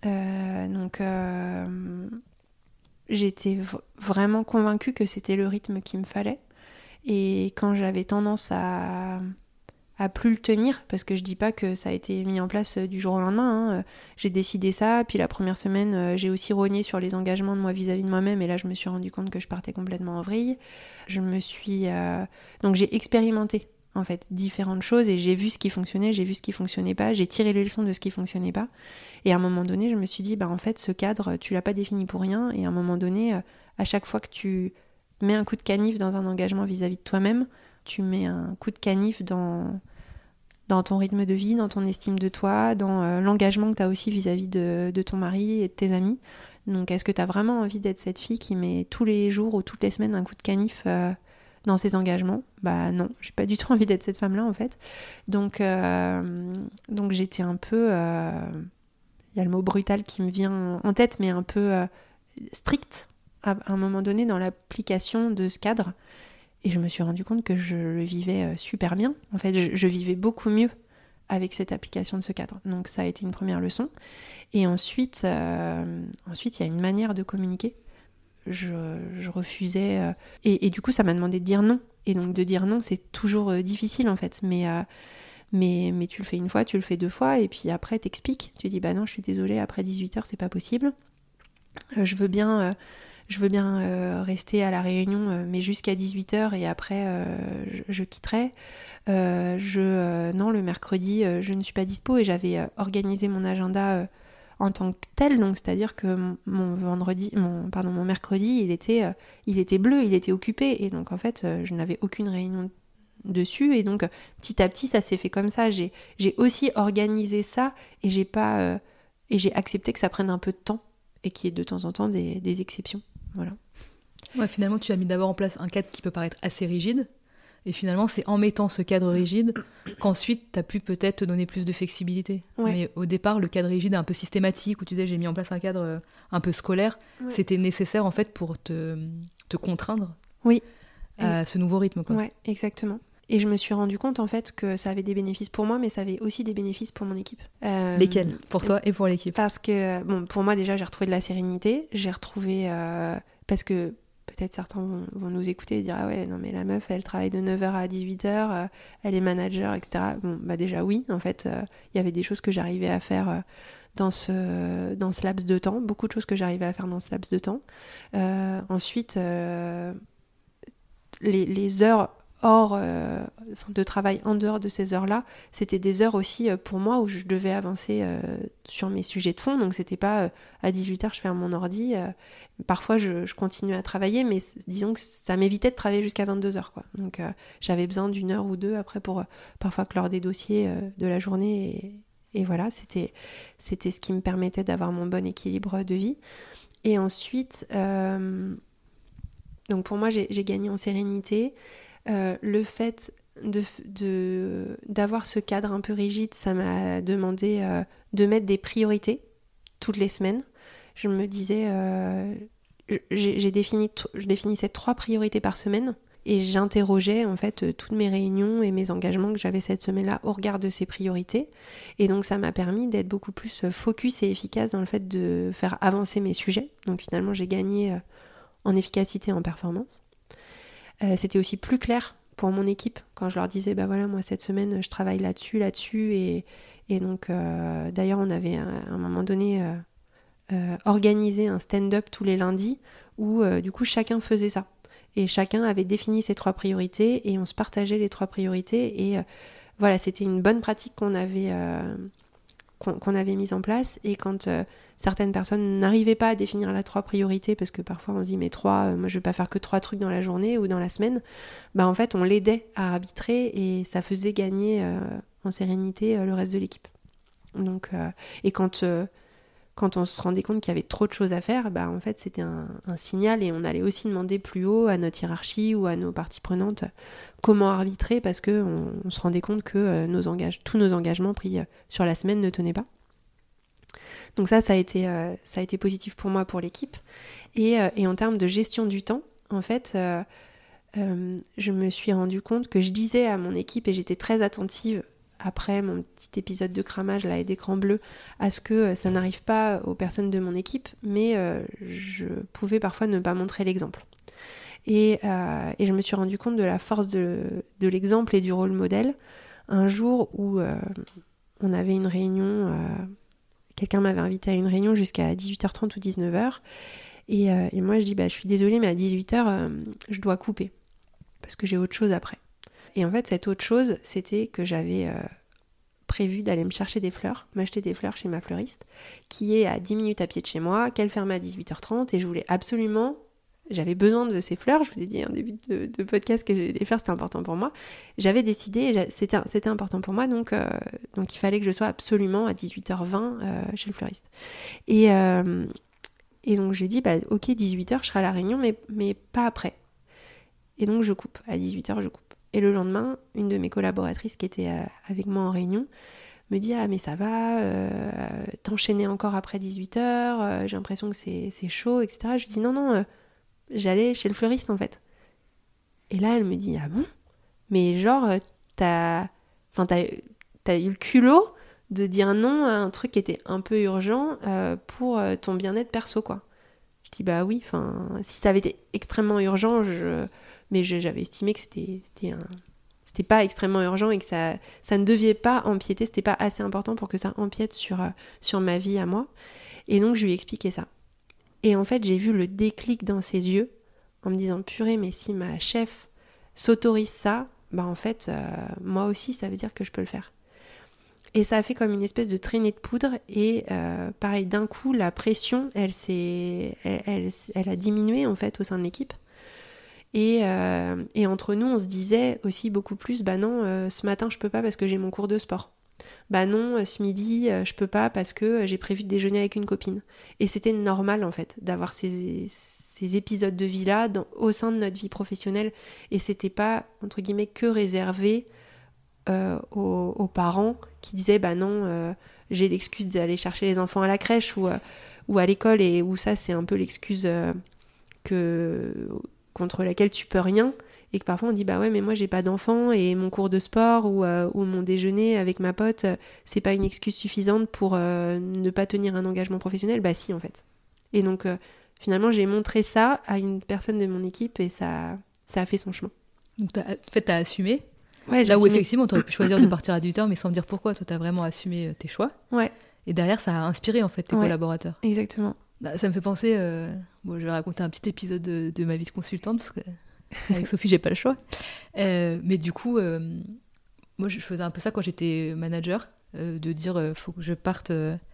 j'étais vraiment convaincue que c'était le rythme qu'il me fallait. Et quand j'avais tendance à plus le tenir, parce que je dis pas que ça a été mis en place du jour au lendemain, j'ai décidé ça, puis la première semaine j'ai aussi rogné sur les engagements de moi vis-à-vis de moi-même, et là je me suis rendu compte que je partais complètement en vrille. Donc j'ai expérimenté en fait différentes choses, et j'ai vu ce qui fonctionnait, j'ai vu ce qui fonctionnait pas, j'ai tiré les leçons de ce qui fonctionnait pas, et à un moment donné je me suis dit en fait ce cadre tu l'as pas défini pour rien, et à un moment donné à chaque fois que tu mets un coup de canif dans un engagement vis-à-vis de toi-même, tu mets un coup de canif dans ton rythme de vie, dans ton estime de toi, dans l'engagement que tu as aussi vis-à-vis de ton mari et de tes amis. Donc est-ce que tu as vraiment envie d'être cette fille qui met tous les jours ou toutes les semaines un coup de canif dans ses engagements. Bah non, j'ai pas du tout envie d'être cette femme-là en fait. Donc j'étais un peu... Il y a le mot brutal qui me vient en tête, mais un peu stricte à un moment donné dans l'application de ce cadre. Et je me suis rendu compte que je le vivais super bien. En fait, je vivais beaucoup mieux avec cette application de ce cadre. Donc ça a été une première leçon. Et ensuite, il y a une manière de communiquer. Je refusais... Et du coup, ça m'a demandé de dire non. Et donc de dire non, c'est toujours difficile en fait. Mais tu le fais une fois, tu le fais 2 fois, et puis après t'expliques. Tu dis bah non, je suis désolée, après 18h, c'est pas possible. Je veux bien rester à la réunion, mais jusqu'à 18h, et après je quitterai. Non, le mercredi, je ne suis pas dispo, et j'avais organisé mon agenda en tant que tel, donc c'est-à-dire que mon mercredi, il était bleu, il était occupé, et donc en fait, je n'avais aucune réunion dessus, et donc petit à petit ça s'est fait comme ça. J'ai aussi organisé ça, et j'ai accepté que ça prenne un peu de temps et qu'il y ait de temps en temps des exceptions. Voilà. Ouais, finalement tu as mis d'abord en place un cadre qui peut paraître assez rigide, et finalement c'est en mettant ce cadre rigide qu'ensuite tu as pu peut-être te donner plus de flexibilité. Ouais. Mais au départ le cadre rigide un peu systématique, où tu disais j'ai mis en place un cadre un peu scolaire, ouais, c'était nécessaire en fait pour te contraindre, oui, à ce nouveau rythme, quoi. Ouais, exactement. Et je me suis rendu compte en fait que ça avait des bénéfices pour moi, mais ça avait aussi des bénéfices pour mon équipe. Lesquels ? Pour toi et pour l'équipe ? Parce que, pour moi déjà, j'ai retrouvé de la sérénité. J'ai retrouvé... parce que peut-être certains vont nous écouter et dire « Ah ouais, non mais la meuf, elle travaille de 9h à 18h, elle est manager, etc. » Bon, bah déjà oui, en fait, il y avait des choses que j'arrivais à faire dans ce laps de temps. Beaucoup de choses que j'arrivais à faire dans ce laps de temps. Ensuite, les heures de travail en dehors de ces heures-là, c'était des heures aussi pour moi où je devais avancer sur mes sujets de fond. Donc c'était pas à 18h je ferme mon ordi. Parfois je continue à travailler, mais disons que ça m'évitait de travailler jusqu'à 22h, quoi. Donc j'avais besoin d'1 heure ou 2 après pour parfois clore des dossiers de la journée, et voilà, c'était ce qui me permettait d'avoir mon bon équilibre de vie. Et ensuite, donc pour moi j'ai gagné en sérénité. Le fait d'avoir ce cadre un peu rigide, ça m'a demandé de mettre des priorités toutes les semaines. Je me disais, je définissais 3 priorités par semaine, et j'interrogeais en fait toutes mes réunions et mes engagements que j'avais cette semaine-là au regard de ces priorités. Et donc ça m'a permis d'être beaucoup plus focus et efficace dans le fait de faire avancer mes sujets. Donc finalement j'ai gagné en efficacité, en performance. C'était aussi plus clair pour mon équipe quand je leur disais bah voilà, moi cette semaine je travaille là-dessus, et donc d'ailleurs on avait à un moment donné organisé un stand-up tous les lundis où du coup chacun faisait ça, et chacun avait défini ses 3 priorités et on se partageait les 3 priorités, et voilà, c'était une bonne pratique qu'on avait mise en place. Et quand certaines personnes n'arrivaient pas à définir les 3 priorités, parce que parfois on se dit mais 3, moi je vais pas faire que 3 trucs dans la journée ou dans la semaine, bah en fait on l'aidait à arbitrer, et ça faisait gagner en sérénité le reste de l'équipe. Donc et quand on se rendait compte qu'il y avait trop de choses à faire, bah en fait c'était un signal, et on allait aussi demander plus haut à notre hiérarchie ou à nos parties prenantes comment arbitrer, parce que on se rendait compte que tous nos engagements pris sur la semaine ne tenaient pas. Donc ça a été positif pour moi, pour l'équipe. Et en termes de gestion du temps, en fait, je me suis rendu compte que je disais à mon équipe, et j'étais très attentive après mon petit épisode de cramage là et d'écran bleu, à ce que ça n'arrive pas aux personnes de mon équipe, mais je pouvais parfois ne pas montrer l'exemple. Et je me suis rendu compte de la force de l'exemple et du rôle modèle. Un jour où on avait une réunion, quelqu'un m'avait invité à une réunion jusqu'à 18h30 ou 19h, et moi je dis bah je suis désolée, mais à 18h je dois couper parce que j'ai autre chose après. Et en fait cette autre chose, c'était que j'avais prévu d'aller me chercher m'acheter des fleurs chez ma fleuriste, qui est à 10 minutes à pied de chez moi, qu'elle fermait à 18h30, et je voulais absolument... J'avais besoin de ces fleurs, je vous ai dit en début de podcast que les fleurs c'était important pour moi. J'avais décidé, c'était important pour moi, donc il fallait que je sois absolument à 18h20 chez le fleuriste. Et donc j'ai dit, bah, ok, 18h, je serai à la réunion, mais pas après. Et donc, je coupe. À 18h, je coupe. Et le lendemain, une de mes collaboratrices qui était avec moi en réunion me dit « Ah, mais ça va, t'enchaîner encore après 18h, j'ai l'impression que c'est chaud, etc. » Je lui dis « Non, j'allais chez le fleuriste, en fait. » Et là, elle me dit « Ah bon ? Mais genre, t'as eu le culot de dire non à un truc qui était un peu urgent pour ton bien-être perso, quoi. » Je dis « Bah oui, si ça avait été extrêmement urgent, mais j'avais estimé que c'était pas extrêmement urgent et que ça ne devait pas empiéter, c'était pas assez important pour que ça empiète sur ma vie à moi. » Et donc, je lui ai expliqué ça. Et en fait, j'ai vu le déclic dans ses yeux en me disant « Purée, mais si ma chef s'autorise ça, bah en fait, moi aussi, ça veut dire que je peux le faire. » Et ça a fait comme une espèce de traînée de poudre et pareil, d'un coup, la pression, elle a diminué en fait au sein de l'équipe. Et entre nous, on se disait aussi beaucoup plus, bah non, ce matin, je peux pas parce que j'ai mon cours de sport. Bah non, ce midi, je peux pas parce que j'ai prévu de déjeuner avec une copine. Et c'était normal en fait d'avoir ces épisodes de vie-là au sein de notre vie professionnelle. Et c'était pas, entre guillemets, que réservé aux parents qui disaient bah non, j'ai l'excuse d'aller chercher les enfants à la crèche ou à l'école, et où ça c'est un peu l'excuse contre laquelle tu peux rien, et que parfois on dit bah ouais, mais moi j'ai pas d'enfants et mon cours de sport ou mon déjeuner avec ma pote, c'est pas une excuse suffisante pour ne pas tenir un engagement professionnel. Bah si, en fait. Et donc finalement j'ai montré ça à une personne de mon équipe et ça a fait son chemin. Donc t'as assumé. Ouais, là où effectivement tu aurais pu choisir de partir à 18h mais sans dire pourquoi. Toi t'as vraiment assumé tes choix. Ouais. Et derrière ça a inspiré en fait tes collaborateurs. Exactement. Ça me fait penser, je vais raconter un petit épisode de ma vie de consultante parce que avec Sophie j'ai pas le choix. Mais du coup, moi je faisais un peu ça quand j'étais manager, de dire faut que je parte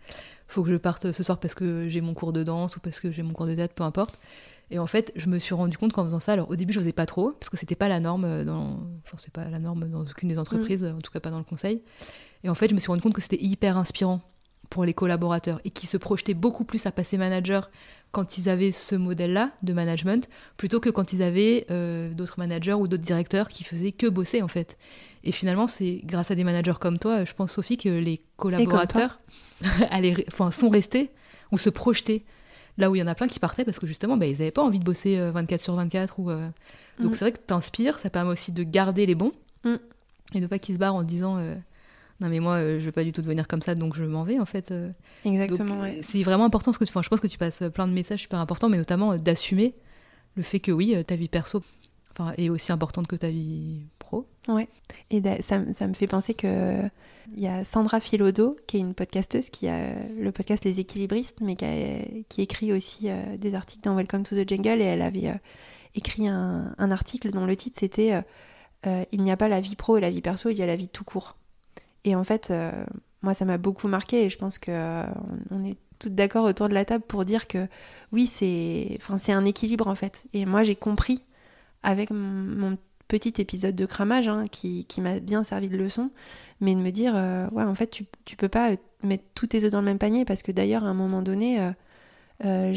ce soir parce que j'ai mon cours de danse ou parce que j'ai mon cours de théâtre, peu importe. Et en fait, je me suis rendu compte qu'en faisant ça, alors au début, je n'osais pas trop, parce que c'était pas la norme c'est pas la norme dans aucune des entreprises, en tout cas pas dans le conseil. Et en fait, je me suis rendu compte que c'était hyper inspirant pour les collaborateurs et qui se projetaient beaucoup plus à passer manager quand ils avaient ce modèle-là de management, plutôt que quand ils avaient d'autres managers ou d'autres directeurs qui faisaient que bosser, en fait. Et finalement, c'est grâce à des managers comme toi, je pense, Sophie, que les collaborateurs sont restés ou se projetaient. Là où il y en a plein qui partaient parce que justement, ils n'avaient pas envie de bosser 24/24. Donc c'est vrai que t'inspires, ça permet aussi de garder les bons et de pas qu'ils se barrent en disant non mais moi je veux pas du tout devenir comme ça donc je m'en vais en fait. Exactement, donc, ouais. C'est vraiment important je pense que tu passes plein de messages super importants, mais notamment d'assumer le fait que oui, ta vie perso est aussi importante que ta vie pro. Ouais, et ça me fait penser que il y a Sandra Filodo, qui est une podcasteuse, qui a le podcast Les Équilibristes, mais qui écrit aussi des articles dans Welcome to the Jungle, et elle avait écrit un article dont le titre c'était il n'y a pas la vie pro et la vie perso, il y a la vie tout court. Et en fait, moi ça m'a beaucoup marqué, et je pense qu'on est toutes d'accord autour de la table pour dire que oui, c'est un équilibre en fait. Et moi j'ai compris avec mon petit épisode de cramage qui m'a bien servi de leçon, mais de me dire ouais, en fait tu peux pas mettre tous tes œufs dans le même panier, parce que d'ailleurs à un moment donné quand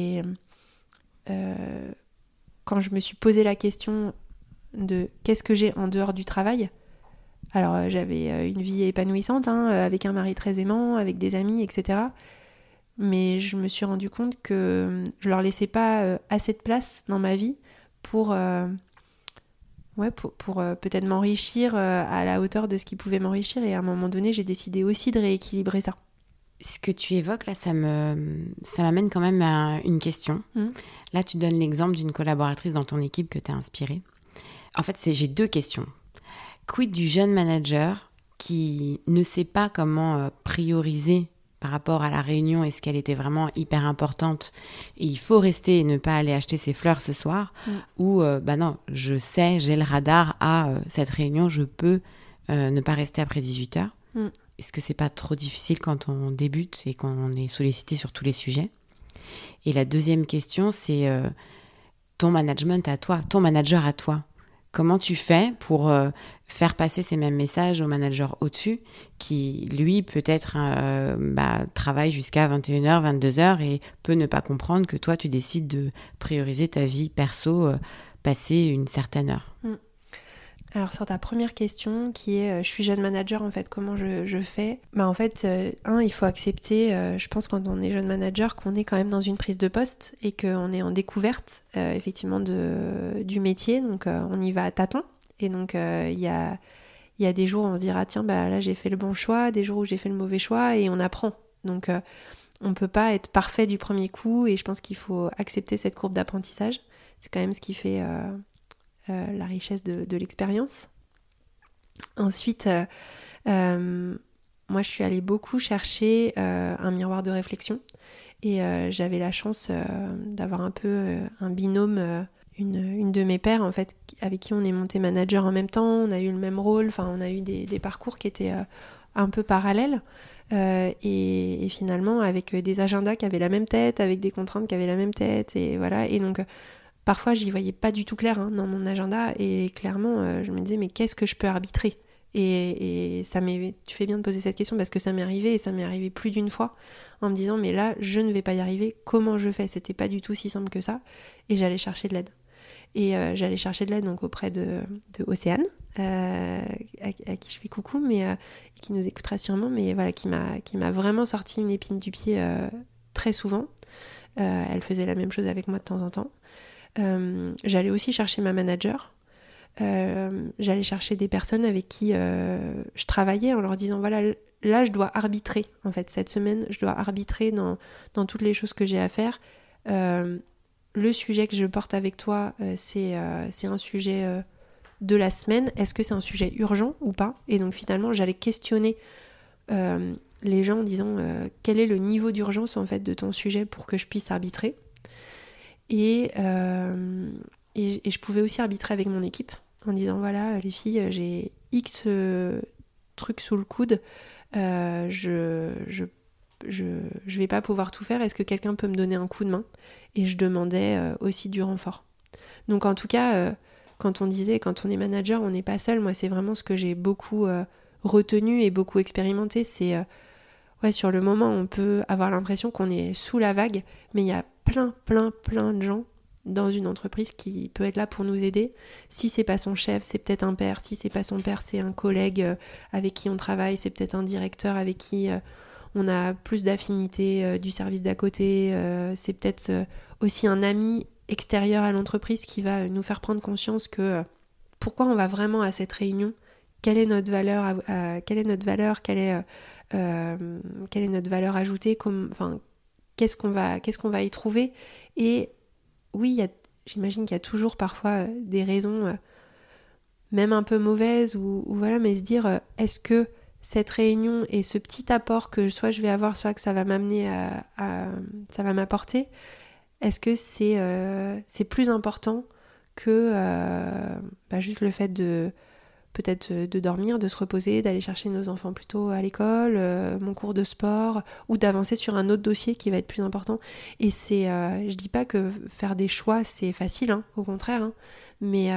je me suis posé la question de qu'est-ce que j'ai en dehors du travail, alors j'avais une vie épanouissante avec un mari très aimant, avec des amis, etc., mais je me suis rendu compte que je leur laissais pas assez de place dans ma vie pour peut-être m'enrichir à la hauteur de ce qui pouvait m'enrichir. Et à un moment donné, j'ai décidé aussi de rééquilibrer ça. Ce que tu évoques là, ça m'amène quand même à une question. Là, tu donnes l'exemple d'une collaboratrice dans ton équipe que tu as inspirée. En fait, j'ai deux questions. Quid du jeune manager qui ne sait pas comment prioriser par rapport à la réunion, est-ce qu'elle était vraiment hyper importante et il faut rester et ne pas aller acheter ses fleurs ce soir, ou non, je sais, j'ai le radar à cette réunion, je peux ne pas rester après 18h. Est-ce que c'est pas trop difficile quand on débute et qu'on est sollicité sur tous les sujets? Et la deuxième question, c'est ton management à toi, ton manager à toi. Comment tu fais pour faire passer ces mêmes messages au manager au-dessus qui, lui, peut-être travaille jusqu'à 21h, 22h et peut ne pas comprendre que toi, tu décides de prioriser ta vie perso passer une certaine heure. Alors sur ta première question qui est je suis jeune manager en fait, comment je fais ? En fait, il faut accepter, je pense quand on est jeune manager, qu'on est quand même dans une prise de poste et qu'on est en découverte effectivement du métier, donc on y va à tâtons. Et donc il y a des jours où on se dira tiens là j'ai fait le bon choix, des jours où j'ai fait le mauvais choix et on apprend. Donc on peut pas être parfait du premier coup et je pense qu'il faut accepter cette courbe d'apprentissage. C'est quand même ce qui fait la richesse de l'expérience. Ensuite, moi je suis allée beaucoup chercher un miroir de réflexion et j'avais la chance d'avoir un peu un binôme, une de mes pairs en fait, avec qui on est monté manager en même temps, on a eu le même rôle, on a eu des parcours qui étaient un peu parallèles et finalement avec des agendas qui avaient la même tête, avec des contraintes qui avaient la même tête et voilà, et donc parfois, j'y voyais pas du tout clair dans mon agenda et clairement, je me disais mais qu'est-ce que je peux arbitrer ? Et tu fais bien de poser cette question parce que ça m'est arrivé et ça m'est arrivé plus d'une fois en me disant mais là, je ne vais pas y arriver, comment je fais ? C'était pas du tout si simple que ça et j'allais chercher de l'aide. Et j'allais chercher de l'aide donc auprès de Océane, à qui je fais coucou, mais qui nous écoutera sûrement, mais voilà, qui m'a vraiment sorti une épine du pied très souvent. Elle faisait la même chose avec moi de temps en temps. J'allais aussi chercher ma manager, j'allais chercher des personnes avec qui je travaillais en leur disant voilà, là je dois arbitrer en fait, cette semaine je dois arbitrer dans toutes les choses que j'ai à faire, le sujet que je porte avec toi c'est un sujet de la semaine, est-ce que c'est un sujet urgent ou pas ? Et donc finalement j'allais questionner les gens en disant quel est le niveau d'urgence en fait de ton sujet pour que je puisse arbitrer. Et je pouvais aussi arbitrer avec mon équipe en disant voilà les filles j'ai X trucs sous le coude, je vais pas pouvoir tout faire, est-ce que quelqu'un peut me donner un coup de main ? Et je demandais aussi du renfort. Donc en tout cas quand on est manager on n'est pas seul, moi c'est vraiment ce que j'ai beaucoup retenu et beaucoup expérimenté, c'est sur le moment on peut avoir l'impression qu'on est sous la vague, mais il y a plein de gens dans une entreprise qui peut être là pour nous aider. Si c'est pas son chef, c'est peut-être un père. Si c'est pas son père, c'est un collègue avec qui on travaille. C'est peut-être un directeur avec qui on a plus d'affinité du service d'à côté. C'est peut-être aussi un ami extérieur à l'entreprise qui va nous faire prendre conscience que pourquoi on va vraiment à cette réunion, quelle est notre valeur, quelle est notre valeur ajoutée, qu'est-ce qu'on va y trouver. Et oui, j'imagine qu'il y a toujours parfois des raisons même un peu mauvaises ou voilà, mais se dire est-ce que cette réunion et ce petit apport que soit je vais avoir, soit que ça va m'amener ça va m'apporter, est-ce que c'est plus important que juste le fait de peut-être de dormir, de se reposer, d'aller chercher nos enfants plus tôt à l'école, mon cours de sport, ou d'avancer sur un autre dossier qui va être plus important. Et je dis pas que faire des choix c'est facile, au contraire, mais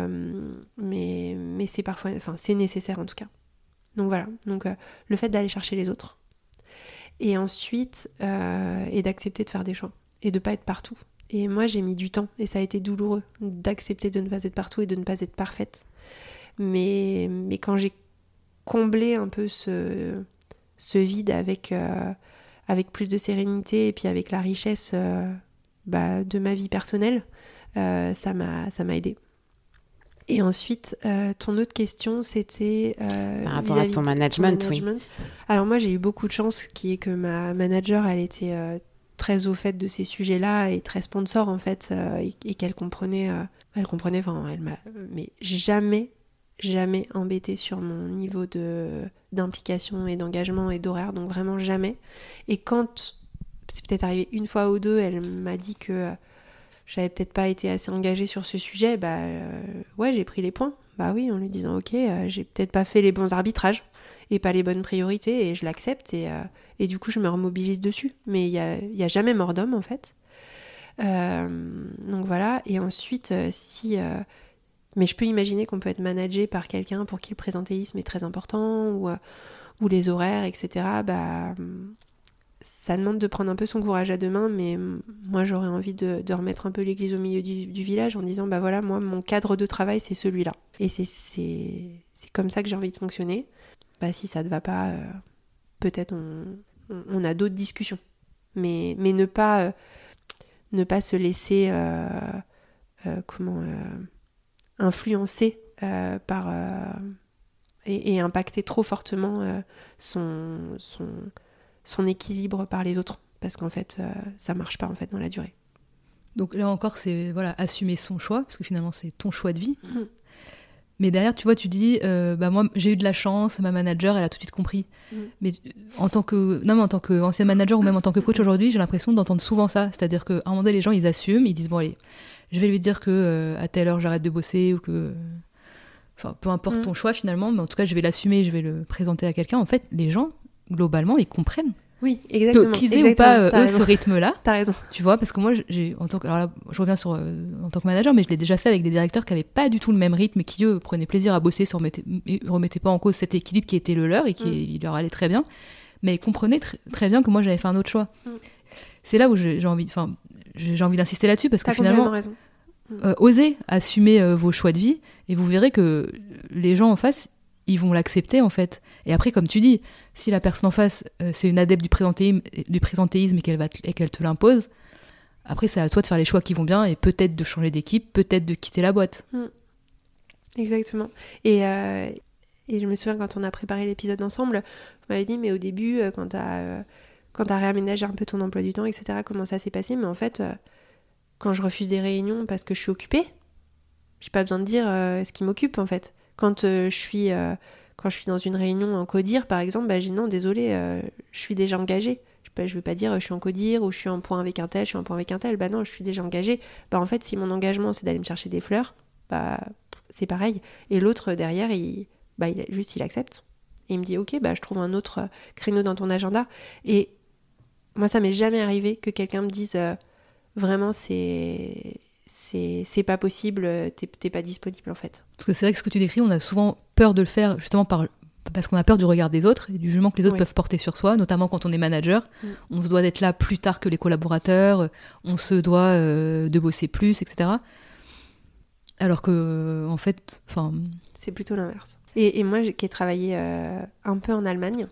c'est parfois, c'est nécessaire en tout cas. Donc voilà, le fait d'aller chercher les autres, et ensuite et d'accepter de faire des choix et de pas être partout. Et moi j'ai mis du temps et ça a été douloureux d'accepter de ne pas être partout et de ne pas être parfaite. Mais quand j'ai comblé un peu ce vide avec plus de sérénité et puis avec la richesse de ma vie personnelle, ça m'a aidée. Et ensuite, ton autre question, c'était par rapport à ton management, oui. Alors moi, j'ai eu beaucoup de chance, qui est que ma manager, elle était très au fait de ces sujets-là et très sponsor en fait, et qu'elle comprenait. Elle m'a mais jamais embêtée sur mon niveau d'implication et d'engagement et d'horaire, donc vraiment jamais. Et quand c'est peut-être arrivé une fois ou deux, elle m'a dit que j'avais peut-être pas été assez engagée sur ce sujet, j'ai pris les points. Bah oui, en lui disant ok, j'ai peut-être pas fait les bons arbitrages et pas les bonnes priorités, et je l'accepte, et du coup je me remobilise dessus. Mais il y a jamais mort d'homme en fait. Donc voilà, et ensuite mais je peux imaginer qu'on peut être managé par quelqu'un pour qui le présentéisme est très important, ou les horaires, etc. ça demande de prendre un peu son courage à deux mains, mais moi j'aurais envie de remettre un peu l'église au milieu du village en disant bah voilà, moi mon cadre de travail c'est celui-là. Et c'est comme ça que j'ai envie de fonctionner. Bah si ça te va pas, peut-être on a d'autres discussions. Mais ne pas se laisser influencer par et impacter trop fortement son équilibre par les autres, parce qu'en fait ça marche pas en fait dans la durée. Donc là encore c'est assumer son choix, parce que finalement c'est ton choix de vie. Mais derrière tu vois, tu dis moi j'ai eu de la chance, ma manager elle a tout de suite compris. Mais en tant qu'ancienne manager ou même en tant que coach aujourd'hui, j'ai l'impression d'entendre souvent ça, c'est-à-dire qu'à un moment donné les gens ils assument, ils disent bon allez, je vais lui dire que à telle heure j'arrête de bosser, ou que peu importe ton choix finalement, mais en tout cas je vais l'assumer, je vais le présenter à quelqu'un. En fait les gens globalement ils comprennent. Oui, exactement. Qu'ils aient ou pas raison. ce rythme-là. T'as raison. Tu vois, parce que moi, alors là, je reviens sur en tant que manager, mais je l'ai déjà fait avec des directeurs qui n'avaient pas du tout le même rythme et qui, eux, prenaient plaisir à bosser, ne remettaient pas en cause cet équilibre qui était le leur et qui il leur allait très bien. Mais ils comprenaient très bien que moi, j'avais fait un autre choix. C'est là où j'ai envie d'insister là-dessus, parce que finalement, osez assumer vos choix de vie et vous verrez que les gens en face, ils vont l'accepter en fait. Et après, comme tu dis, si la personne en face, c'est une adepte du présentéisme et qu'elle te l'impose, après c'est à toi de faire les choix qui vont bien et peut-être de changer d'équipe, peut-être de quitter la boîte. Exactement. Et je me souviens quand on a préparé l'épisode ensemble, on m'avait dit mais au début, quand t'as réaménagé un peu ton emploi du temps, etc., comment ça s'est passé? Mais en fait, quand je refuse des réunions parce que je suis occupée, j'ai pas besoin de dire ce qui m'occupe en fait. Quand je suis dans une réunion en codir, par exemple, je dis non, désolé, je suis déjà engagée. Je vais pas dire je suis en codir ou je suis en point avec un tel, je suis en point avec un tel. Bah non, je suis déjà engagée. Bah en fait, si mon engagement c'est d'aller me chercher des fleurs, bah c'est pareil. Et l'autre derrière, il accepte. Et il me dit ok, bah je trouve un autre créneau dans ton agenda. Et moi, ça m'est jamais arrivé que quelqu'un me dise vraiment c'est pas possible, t'es pas disponible en fait. Parce que c'est vrai que ce que tu décris, on a souvent peur de le faire justement parce qu'on a peur du regard des autres et du jugement que les autres peuvent porter sur soi, notamment quand on est manager. On se doit d'être là plus tard que les collaborateurs, on se doit de bosser plus, etc. Alors que, en fait, c'est plutôt l'inverse. Et moi, qui ai travaillé un peu en Allemagne,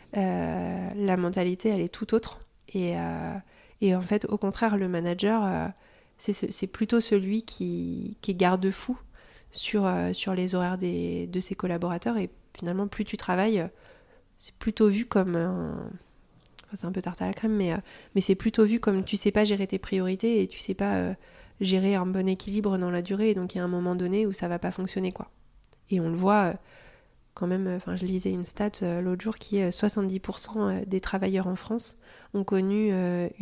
la mentalité, elle est tout autre. Et en fait, au contraire, le manager... c'est plutôt celui qui est garde-fou sur les horaires de ses collaborateurs. Et finalement, plus tu travailles, c'est plutôt vu comme c'est un peu tarte à la crème, mais c'est plutôt vu comme tu sais pas gérer tes priorités et tu sais pas gérer un bon équilibre dans la durée. Et donc, il y a un moment donné où ça va pas fonctionner, quoi. Et on le voit quand même, je lisais une stat l'autre jour qui est 70% des travailleurs en France ont connu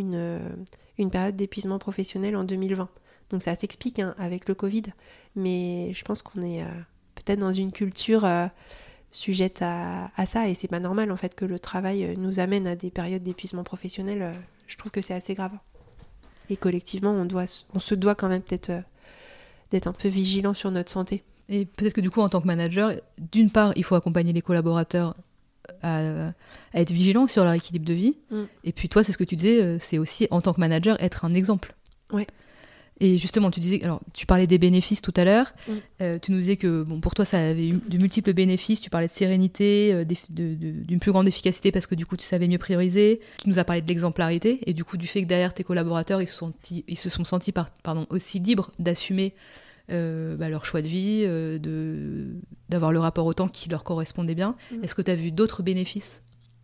une période d'épuisement professionnel en 2020. Donc ça s'explique avec le Covid, mais je pense qu'on est peut-être dans une culture sujette à ça, et c'est pas normal en fait que le travail nous amène à des périodes d'épuisement professionnel. Je trouve que c'est assez grave. Et collectivement, on se doit quand même peut-être d'être un peu vigilant sur notre santé. Et peut-être que du coup, en tant que manager, d'une part, il faut accompagner les collaborateurs à être vigilants sur leur équilibre de vie. Et puis toi, c'est ce que tu disais, c'est aussi, en tant que manager, être un exemple. Ouais. Et justement, tu parlais des bénéfices tout à l'heure. Tu nous disais que pour toi, ça avait eu de multiples bénéfices. Tu parlais de sérénité, d'une plus grande efficacité parce que du coup, tu savais mieux prioriser. Tu nous as parlé de l'exemplarité et du coup, du fait que derrière tes collaborateurs, ils se sont sentis aussi libres d'assumer leur choix de vie, d'avoir le rapport au temps qui leur correspondait bien. Est-ce que tu as vu d'autres bénéfices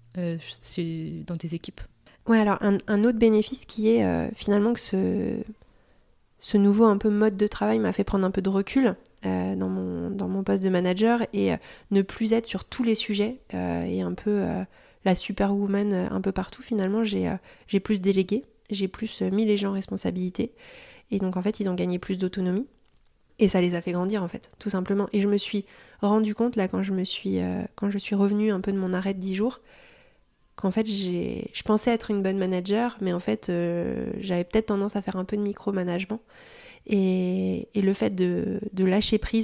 dans tes équipes? Ouais, alors un autre bénéfice qui est finalement que ce nouveau un peu mode de travail m'a fait prendre un peu de recul dans mon poste de manager et ne plus être sur tous les sujets et un peu la superwoman un peu partout. Finalement, j'ai plus délégué, j'ai plus mis les gens en responsabilité et donc en fait, ils ont gagné plus d'autonomie. Et ça les a fait grandir en fait, tout simplement. Et je me suis rendu compte là quand je suis revenue un peu de mon arrêt de 10 jours, qu'en fait je pensais être une bonne manager, mais en fait j'avais peut-être tendance à faire un peu de micromanagement. Et le fait de lâcher prise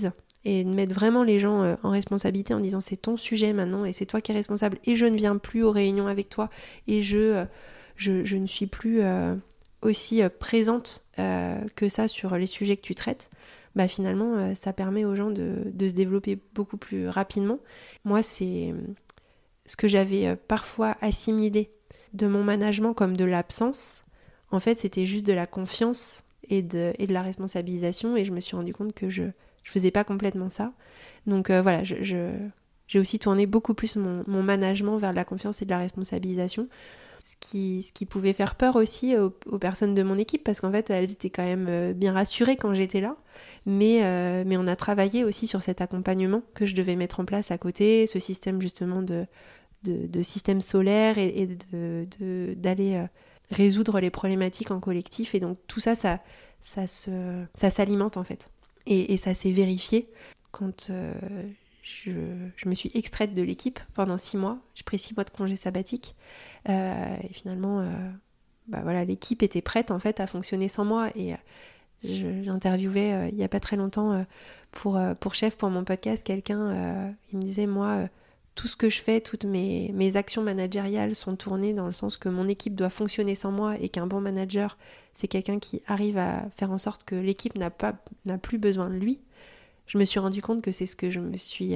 et de mettre vraiment les gens en responsabilité en disant c'est ton sujet maintenant et c'est toi qui es responsable et je ne viens plus aux réunions avec toi et je ne suis plus aussi présente que ça sur les sujets que tu traites, bah finalement ça permet aux gens de se développer beaucoup plus rapidement. Moi, c'est ce que j'avais parfois assimilé de mon management comme de l'absence. En fait, c'était juste de la confiance et de la responsabilisation, et je me suis rendu compte que je faisais pas complètement ça. Donc voilà, j'ai aussi tourné beaucoup plus mon management vers de la confiance et de la responsabilisation, ce qui pouvait faire peur aussi aux personnes de mon équipe, parce qu'en fait, elles étaient quand même bien rassurées quand j'étais là, mais on a travaillé aussi sur cet accompagnement que je devais mettre en place à côté, ce système justement de système solaire et d'aller résoudre les problématiques en collectif, et donc tout ça s'alimente en fait. Et ça s'est vérifié quand je me suis extraite de l'équipe pendant 6 mois. J'ai pris 6 mois de congé sabbatique. Et finalement, voilà, l'équipe était prête en fait à fonctionner sans moi. Et j'interviewais il n'y a pas très longtemps pour Chef, pour mon podcast, quelqu'un, il me disait, moi, tout ce que je fais, toutes mes actions managériales sont tournées dans le sens que mon équipe doit fonctionner sans moi, et qu'un bon manager, c'est quelqu'un qui arrive à faire en sorte que l'équipe n'a plus besoin de lui. Je me suis rendu compte que c'est ce que je me suis...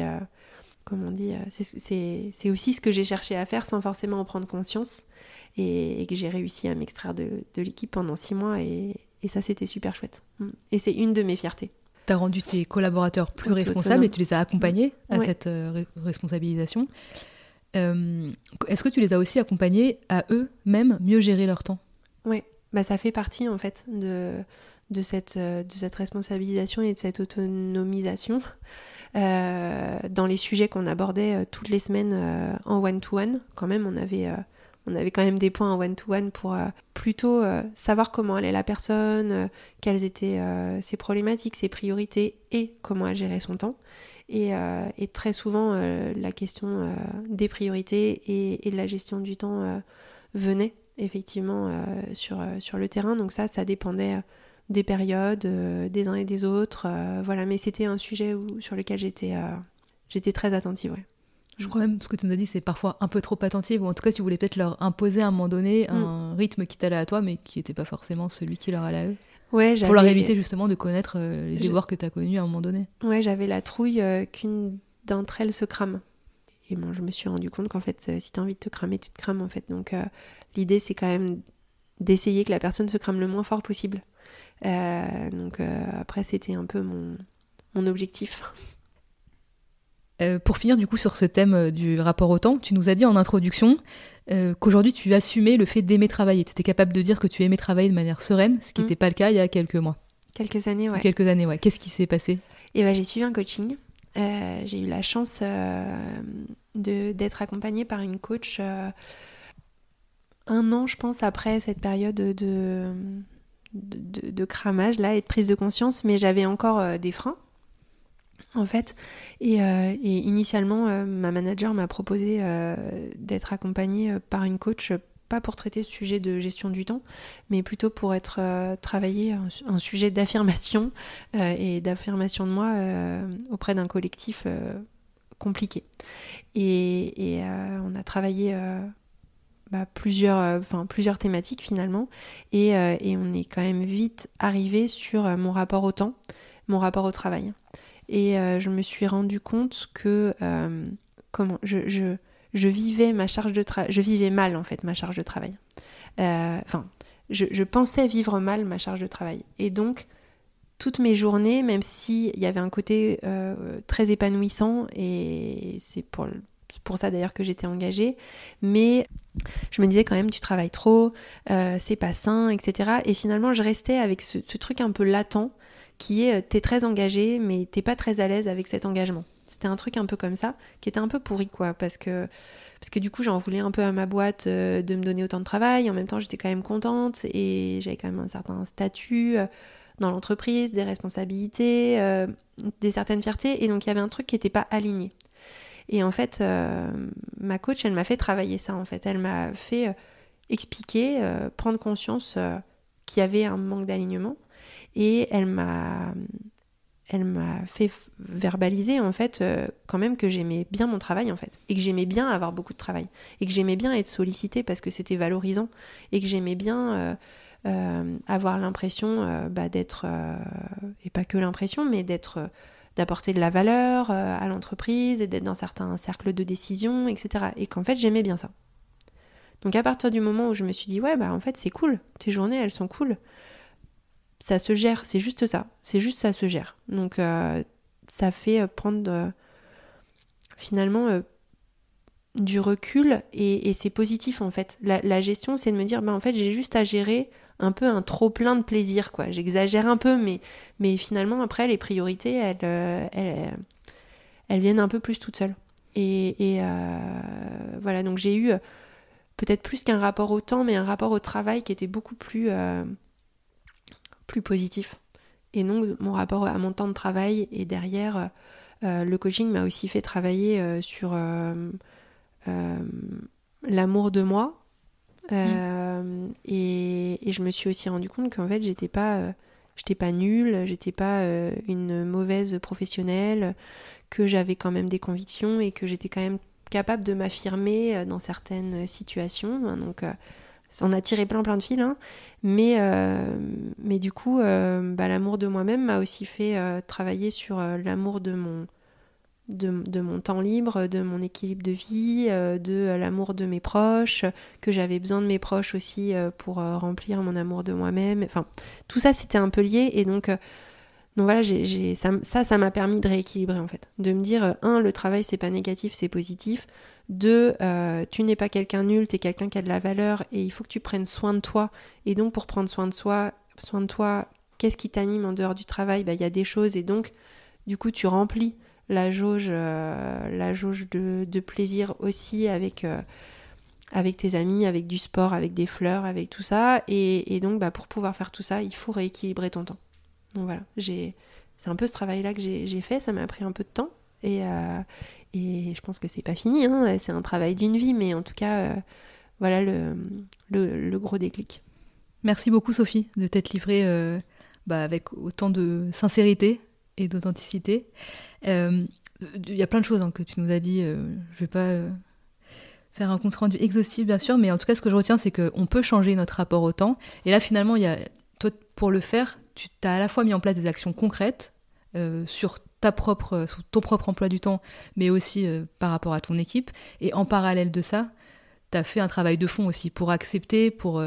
c'est aussi ce que j'ai cherché à faire sans forcément en prendre conscience, et que j'ai réussi à m'extraire de l'équipe pendant 6 mois, et ça, c'était super chouette. Et c'est une de mes fiertés. Tu as rendu tes collaborateurs plus responsables et tu les as accompagnés à cette responsabilisation. Est-ce que tu les as aussi accompagnés à eux-mêmes mieux gérer leur temps ? Oui, ça fait partie en fait de cette responsabilisation et de cette autonomisation dans les sujets qu'on abordait toutes les semaines en one-to-one. Quand même, on avait quand même des points en one-to-one pour plutôt savoir comment allait la personne, quelles étaient ses problématiques, ses priorités et comment elle gérait son temps. Et très souvent, la question des priorités et de la gestion du temps venait effectivement sur le terrain. Donc ça dépendait des périodes, des uns et des autres. Voilà. Mais c'était un sujet sur lequel j'étais très attentive. Ouais. Je crois même, ce que tu nous as dit, c'est parfois un peu trop attentive, ou en tout cas tu voulais peut-être leur imposer à un moment donné un rythme qui t'allait à toi, mais qui n'était pas forcément celui qui leur allait à eux. Ouais, pour leur éviter justement de connaître les déboires que tu as connus à un moment donné. Ouais, j'avais la trouille qu'une d'entre elles se crame. Et bon, je me suis rendu compte qu'en fait, si tu as envie de te cramer, tu te crames en fait. Donc l'idée, c'est quand même d'essayer que la personne se crame le moins fort possible. Après, c'était un peu mon objectif. Pour finir du coup sur ce thème du rapport au temps, tu nous as dit en introduction qu'aujourd'hui tu assumais le fait d'aimer travailler. Tu étais capable de dire que tu aimais travailler de manière sereine, ce qui n'était pas le cas il y a quelques mois. Quelques années, ouais. Qu'est-ce qui s'est passé ? J'ai suivi un coaching. J'ai eu la chance d'être accompagnée par une coach 1 an, je pense, après cette période de cramage là, et de prise de conscience, mais j'avais encore des freins. En fait, et initialement, ma manager m'a proposé d'être accompagnée par une coach, pas pour traiter ce sujet de gestion du temps, mais plutôt pour travailler un sujet d'affirmation et d'affirmation de moi auprès d'un collectif compliqué. Et on a travaillé plusieurs thématiques finalement, et on est quand même vite arrivé sur mon rapport au temps, mon rapport au travail. Et je me suis rendu compte que je vivais ma charge de travail, je vivais mal en fait ma charge de travail. Je pensais vivre mal ma charge de travail. Et donc toutes mes journées, même s'il y avait un côté très épanouissant, et c'est pour ça d'ailleurs que j'étais engagée, mais je me disais quand même, tu travailles trop, c'est pas sain, etc. Et finalement, je restais avec ce truc un peu latent qui est, t'es très engagée, mais t'es pas très à l'aise avec cet engagement. C'était un truc un peu comme ça, qui était un peu pourri, quoi, parce que du coup, j'en voulais un peu à ma boîte de me donner autant de travail. En même temps, j'étais quand même contente, et j'avais quand même un certain statut dans l'entreprise, des responsabilités, des certaines fiertés, et donc il y avait un truc qui était pas aligné. Et en fait, ma coach, elle m'a fait travailler ça, en fait. Elle m'a fait expliquer, prendre conscience qu'il y avait un manque d'alignement. Et elle m'a elle m'a fait verbaliser en fait quand même que j'aimais bien mon travail en fait, et que j'aimais bien avoir beaucoup de travail, et que j'aimais bien être sollicitée parce que c'était valorisant, et que j'aimais bien avoir l'impression d'être, et pas que l'impression, mais d'apporter de la valeur à l'entreprise, et d'être dans certains cercles de décision, etc. Et qu'en fait j'aimais bien ça. Donc à partir du moment où je me suis dit en fait c'est cool, tes journées elles sont cool, ça se gère, c'est juste ça se gère. Donc ça fait prendre finalement du recul, et c'est positif en fait. La gestion, c'est de me dire en fait j'ai juste à gérer un peu un trop plein de plaisir, quoi. J'exagère un peu, mais finalement après les priorités elles viennent un peu plus toutes seules. Et voilà, donc j'ai eu peut-être plus qu'un rapport au temps, mais un rapport au travail qui était beaucoup plus positif. Et donc mon rapport à mon temps de travail, et derrière le coaching m'a aussi fait travailler sur l'amour de moi, et je me suis aussi rendu compte qu'en fait j'étais pas nulle, j'étais pas une mauvaise professionnelle, que j'avais quand même des convictions, et que j'étais quand même capable de m'affirmer dans certaines situations. Donc on a tiré plein de fils, hein. Mais du coup l'amour de moi-même m'a aussi fait travailler sur l'amour de mon temps libre, de mon équilibre de vie, de l'amour de mes proches, que j'avais besoin de mes proches aussi pour remplir mon amour de moi-même. Enfin, tout ça c'était un peu lié, et donc voilà, ça m'a permis de rééquilibrer en fait, de me dire le travail c'est pas négatif, c'est positif. 2, tu n'es pas quelqu'un nul, t'es quelqu'un qui a de la valeur, et il faut que tu prennes soin de toi. Et donc pour prendre soin de toi, qu'est-ce qui t'anime en dehors du travail ? Il y a des choses, et donc du coup tu remplis la jauge de plaisir aussi avec tes amis, avec du sport, avec des fleurs, avec tout ça. Et donc pour pouvoir faire tout ça, il faut rééquilibrer ton temps. Donc voilà, c'est un peu ce travail-là que j'ai fait, ça m'a pris un peu de temps, et je pense que c'est pas fini, hein, c'est un travail d'une vie, mais en tout cas, voilà le gros déclic. Merci beaucoup Sophie de t'être livrée avec autant de sincérité et d'authenticité. Il y a plein de choses que tu nous as dit, je vais pas faire un compte-rendu exhaustif bien sûr, mais en tout cas ce que je retiens c'est qu'on peut changer notre rapport au temps, et là finalement toi pour le faire, tu t'as à la fois mis en place des actions concrètes sur ton propre emploi du temps, mais aussi par rapport à ton équipe, et en parallèle de ça, tu as fait un travail de fond aussi pour accepter, pour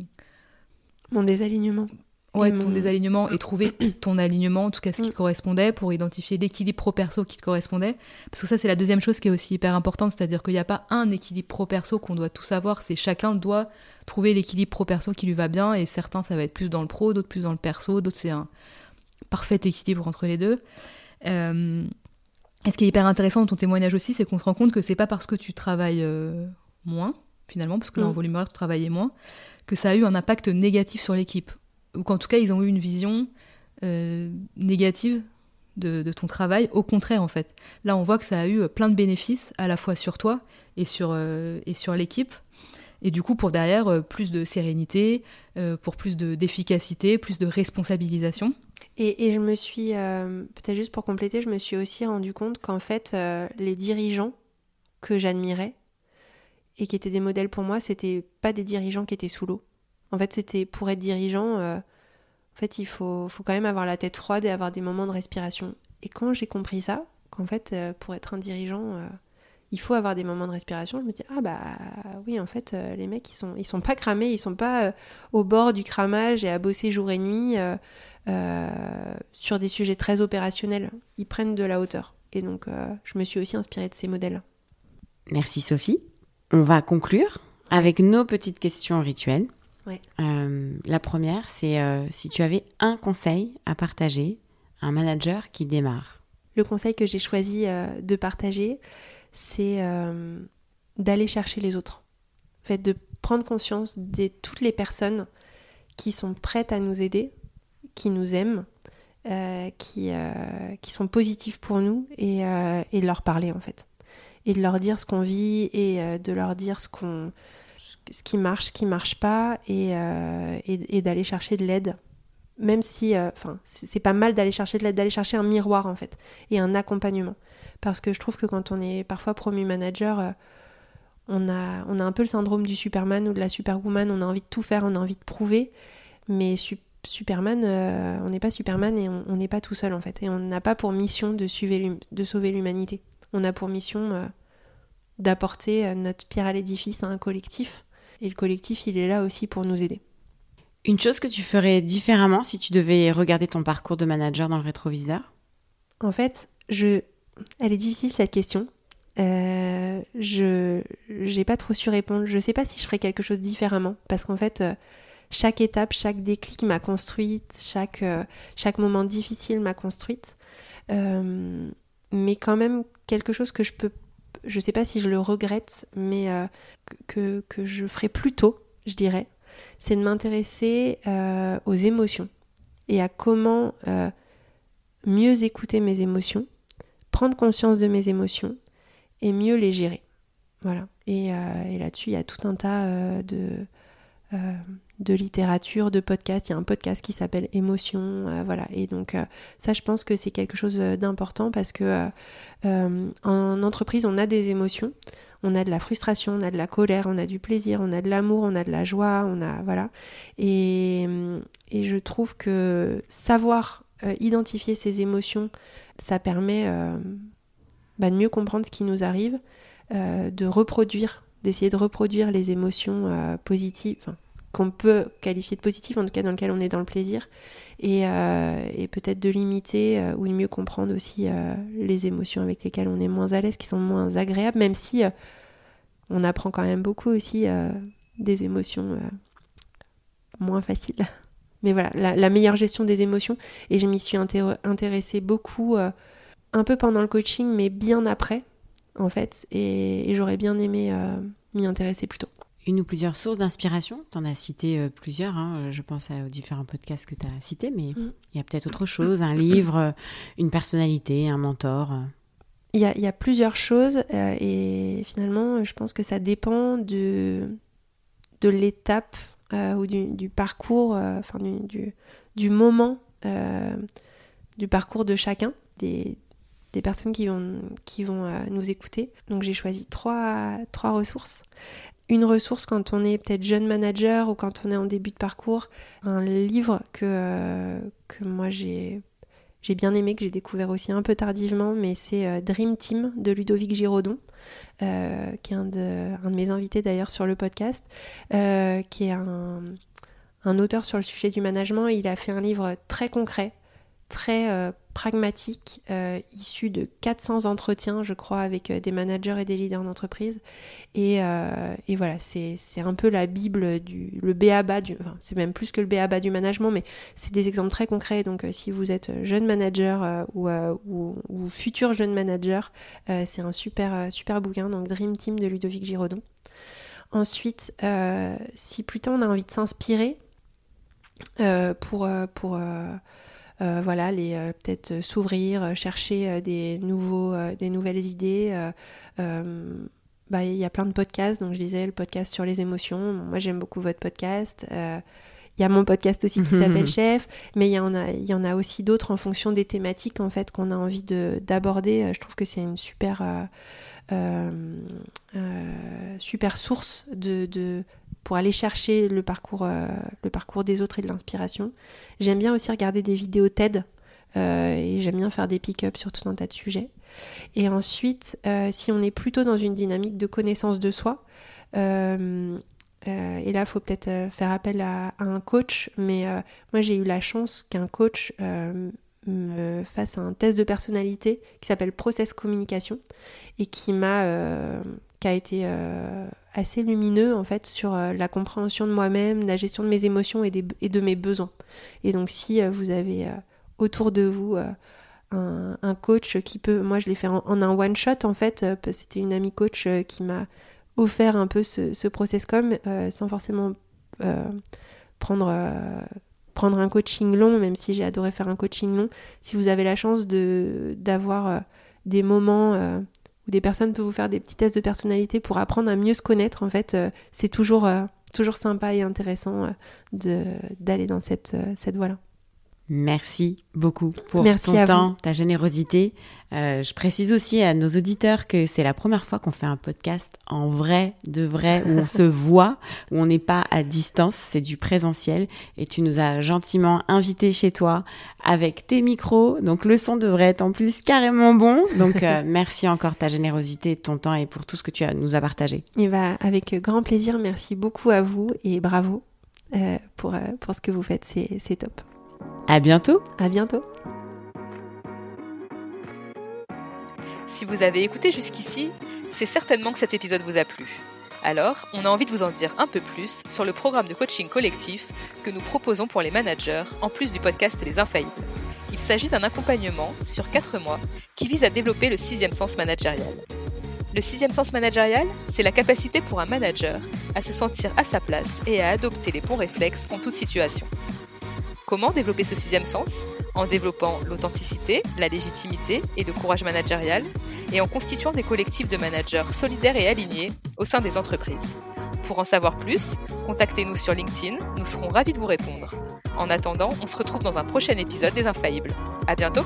mon désalignement. Ton désalignement, et trouver ton alignement, en tout cas ce qui te correspondait, pour identifier l'équilibre pro-perso qui te correspondait. Parce que ça, c'est la deuxième chose qui est aussi hyper importante, c'est-à-dire qu'il n'y a pas un équilibre pro-perso qu'on doit tous avoir, c'est chacun doit trouver l'équilibre pro-perso qui lui va bien, et certains, ça va être plus dans le pro, d'autres plus dans le perso, d'autres, c'est un parfait équilibre entre les deux. Et ce qui est hyper intéressant dans ton témoignage aussi, c'est qu'on se rend compte que c'est pas parce que tu travailles moins, finalement, parce que là, en volume horaire, tu travaillais moins, que ça a eu un impact négatif sur l'équipe. Ou qu'en tout cas, ils ont eu une vision négative de ton travail. Au contraire, en fait. Là, on voit que ça a eu plein de bénéfices, à la fois sur toi et sur l'équipe. Et du coup, pour derrière, plus de sérénité, pour plus d'efficacité, plus de responsabilisation. Et je me suis, peut-être juste pour compléter, je me suis aussi rendu compte qu'en fait, les dirigeants que j'admirais et qui étaient des modèles pour moi, c'était pas des dirigeants qui étaient sous l'eau. En fait, c'était pour être dirigeant, en fait, il faut quand même avoir la tête froide et avoir des moments de respiration. Et quand j'ai compris ça, qu'en fait, pour être un dirigeant, il faut avoir des moments de respiration, je me dis, oui, en fait, les mecs, ils sont pas cramés, ils sont pas au bord du cramage et à bosser jour et nuit sur des sujets très opérationnels. Ils prennent de la hauteur. Et donc, je me suis aussi inspirée de ces modèles. Merci Sophie. On va conclure avec nos petites questions rituelles. Ouais. La première, c'est si tu avais un conseil à partager à un manager qui démarre. Le conseil que j'ai choisi de partager, c'est d'aller chercher les autres. En fait, de prendre conscience de toutes les personnes qui sont prêtes à nous aider, qui nous aiment, qui sont positives pour nous, et de leur parler en fait. Et de leur dire ce qu'on vit, et de leur dire ce qui marche pas, et d'aller chercher de l'aide même si, c'est pas mal d'aller chercher de l'aide, d'aller chercher un miroir en fait, et un accompagnement. Parce que je trouve que quand on est parfois promu manager, on a un peu le syndrome du Superman ou de la Superwoman, on a envie de tout faire, on a envie de prouver, mais Superman, on n'est pas Superman et on n'est pas tout seul en fait, et on n'a pas pour mission de sauver l'humanité. On a pour mission d'apporter notre pierre à l'édifice à un collectif, et le collectif il est là aussi pour nous aider. Une chose que tu ferais différemment si tu devais regarder ton parcours de manager dans le rétroviseur ? En fait, elle est difficile cette question. Je n'ai pas trop su répondre. Je ne sais pas si je ferais quelque chose différemment, parce qu'en fait, chaque étape, chaque déclic m'a construite, chaque moment difficile m'a construite. Mais quand même, quelque chose que je ne sais pas si je le regrette, mais que je ferais plus tôt, je dirais, c'est de m'intéresser aux émotions et à comment mieux écouter mes émotions, prendre conscience de mes émotions et mieux les gérer. Voilà. Et là-dessus, il y a tout un tas de littérature, de podcasts. Il y a un podcast qui s'appelle Émotions. Voilà. Et donc, ça, je pense que c'est quelque chose d'important parce que en entreprise, on a des émotions. On a de la frustration, on a de la colère, on a du plaisir, on a de l'amour, on a de la joie, voilà. Et je trouve que savoir identifier ces émotions, ça permet de mieux comprendre ce qui nous arrive, d'essayer de reproduire les émotions positives, qu'on peut qualifier de positives, en tout cas dans lesquelles on est dans le plaisir, et peut-être de limiter ou de mieux comprendre aussi les émotions avec lesquelles on est moins à l'aise, qui sont moins agréables, même si on apprend quand même beaucoup aussi des émotions moins faciles. Mais voilà, la meilleure gestion des émotions, et je m'y suis intéressée beaucoup, un peu pendant le coaching, mais bien après, en fait, et j'aurais bien aimé m'y intéresser plus tôt. Une ou plusieurs sources d'inspiration ? Tu en as cité plusieurs, je pense aux différents podcasts que tu as cités, mais il y a peut-être autre chose, un livre, une personnalité, un mentor. Il y a plusieurs choses et finalement, je pense que ça dépend de l'étape ou du parcours, du moment du parcours de chacun, des personnes qui vont nous écouter. Donc j'ai choisi trois ressources. Une ressource quand on est peut-être jeune manager ou quand on est en début de parcours, un livre que moi j'ai bien aimé, que j'ai découvert aussi un peu tardivement, mais c'est Dream Team de Ludovic Giraudon, qui est un de mes invités d'ailleurs sur le podcast, qui est un auteur sur le sujet du management. Il a fait un livre très concret, très pragmatique, issu de 400 entretiens, je crois, avec des managers et des leaders d'entreprise. Et voilà, c'est un peu la bible, le b.a.-ba c'est même plus que le b.a.-ba du management, mais c'est des exemples très concrets. Donc, si vous êtes jeune manager ou futur jeune manager, c'est un super bouquin, donc Dream Team de Ludovic Giraudon. Ensuite, si plutôt on a envie de s'inspirer pour peut-être s'ouvrir, chercher des nouvelles idées. Il y a plein de podcasts, donc je disais le podcast sur les émotions. Moi j'aime beaucoup votre podcast. Il y a mon podcast aussi qui s'appelle Chef, mais il y en a aussi d'autres en fonction des thématiques en fait qu'on a envie d'aborder. Je trouve que c'est une super source pour aller chercher le parcours des autres et de l'inspiration. J'aime bien aussi regarder des vidéos TED et j'aime bien faire des pick-up sur tout un tas de sujets. Et ensuite, si on est plutôt dans une dynamique de connaissance de soi, et là, il faut peut-être faire appel à un coach, mais moi, j'ai eu la chance qu'un coach me fasse un test de personnalité qui s'appelle Process Communication et qui a été assez lumineux en fait sur la compréhension de moi-même, la gestion de mes émotions et de mes besoins. Et donc si vous avez autour de vous un coach qui peut, moi je l'ai fait en un one shot en fait, c'était une amie coach qui m'a offert un peu ce process sans forcément prendre un coaching long, même si j'ai adoré faire un coaching long. Si vous avez la chance d'avoir des moments où des personnes peuvent vous faire des petits tests de personnalité pour apprendre à mieux se connaître, en fait, c'est toujours sympa et intéressant d'aller dans cette voie-là. Merci beaucoup pour Merci ton à temps, vous. ta générosité. Je précise aussi à nos auditeurs que c'est la première fois qu'on fait un podcast en vrai, de vrai, où on se voit, où on n'est pas à distance, c'est du présentiel. Et tu nous as gentiment invités chez toi avec tes micros. Donc le son devrait être en plus carrément bon. Donc merci encore ta générosité, ton temps et pour tout ce que tu nous as partagé. Et avec grand plaisir, merci beaucoup à vous et bravo pour ce que vous faites, c'est top. À bientôt. À bientôt. Si vous avez écouté jusqu'ici, c'est certainement que cet épisode vous a plu. Alors, on a envie de vous en dire un peu plus sur le programme de coaching collectif que nous proposons pour les managers, en plus du podcast Les Infaillibles. Il s'agit d'un accompagnement sur 4 mois qui vise à développer le 6e sens managérial. Le 6e sens managérial, c'est la capacité pour un manager à se sentir à sa place et à adopter les bons réflexes en toute situation. Comment développer ce 6e sens ? En développant l'authenticité, la légitimité et le courage managérial, et en constituant des collectifs de managers solidaires et alignés au sein des entreprises. Pour en savoir plus, contactez-nous sur LinkedIn, nous serons ravis de vous répondre. En attendant, on se retrouve dans un prochain épisode des Infaillibles. À bientôt !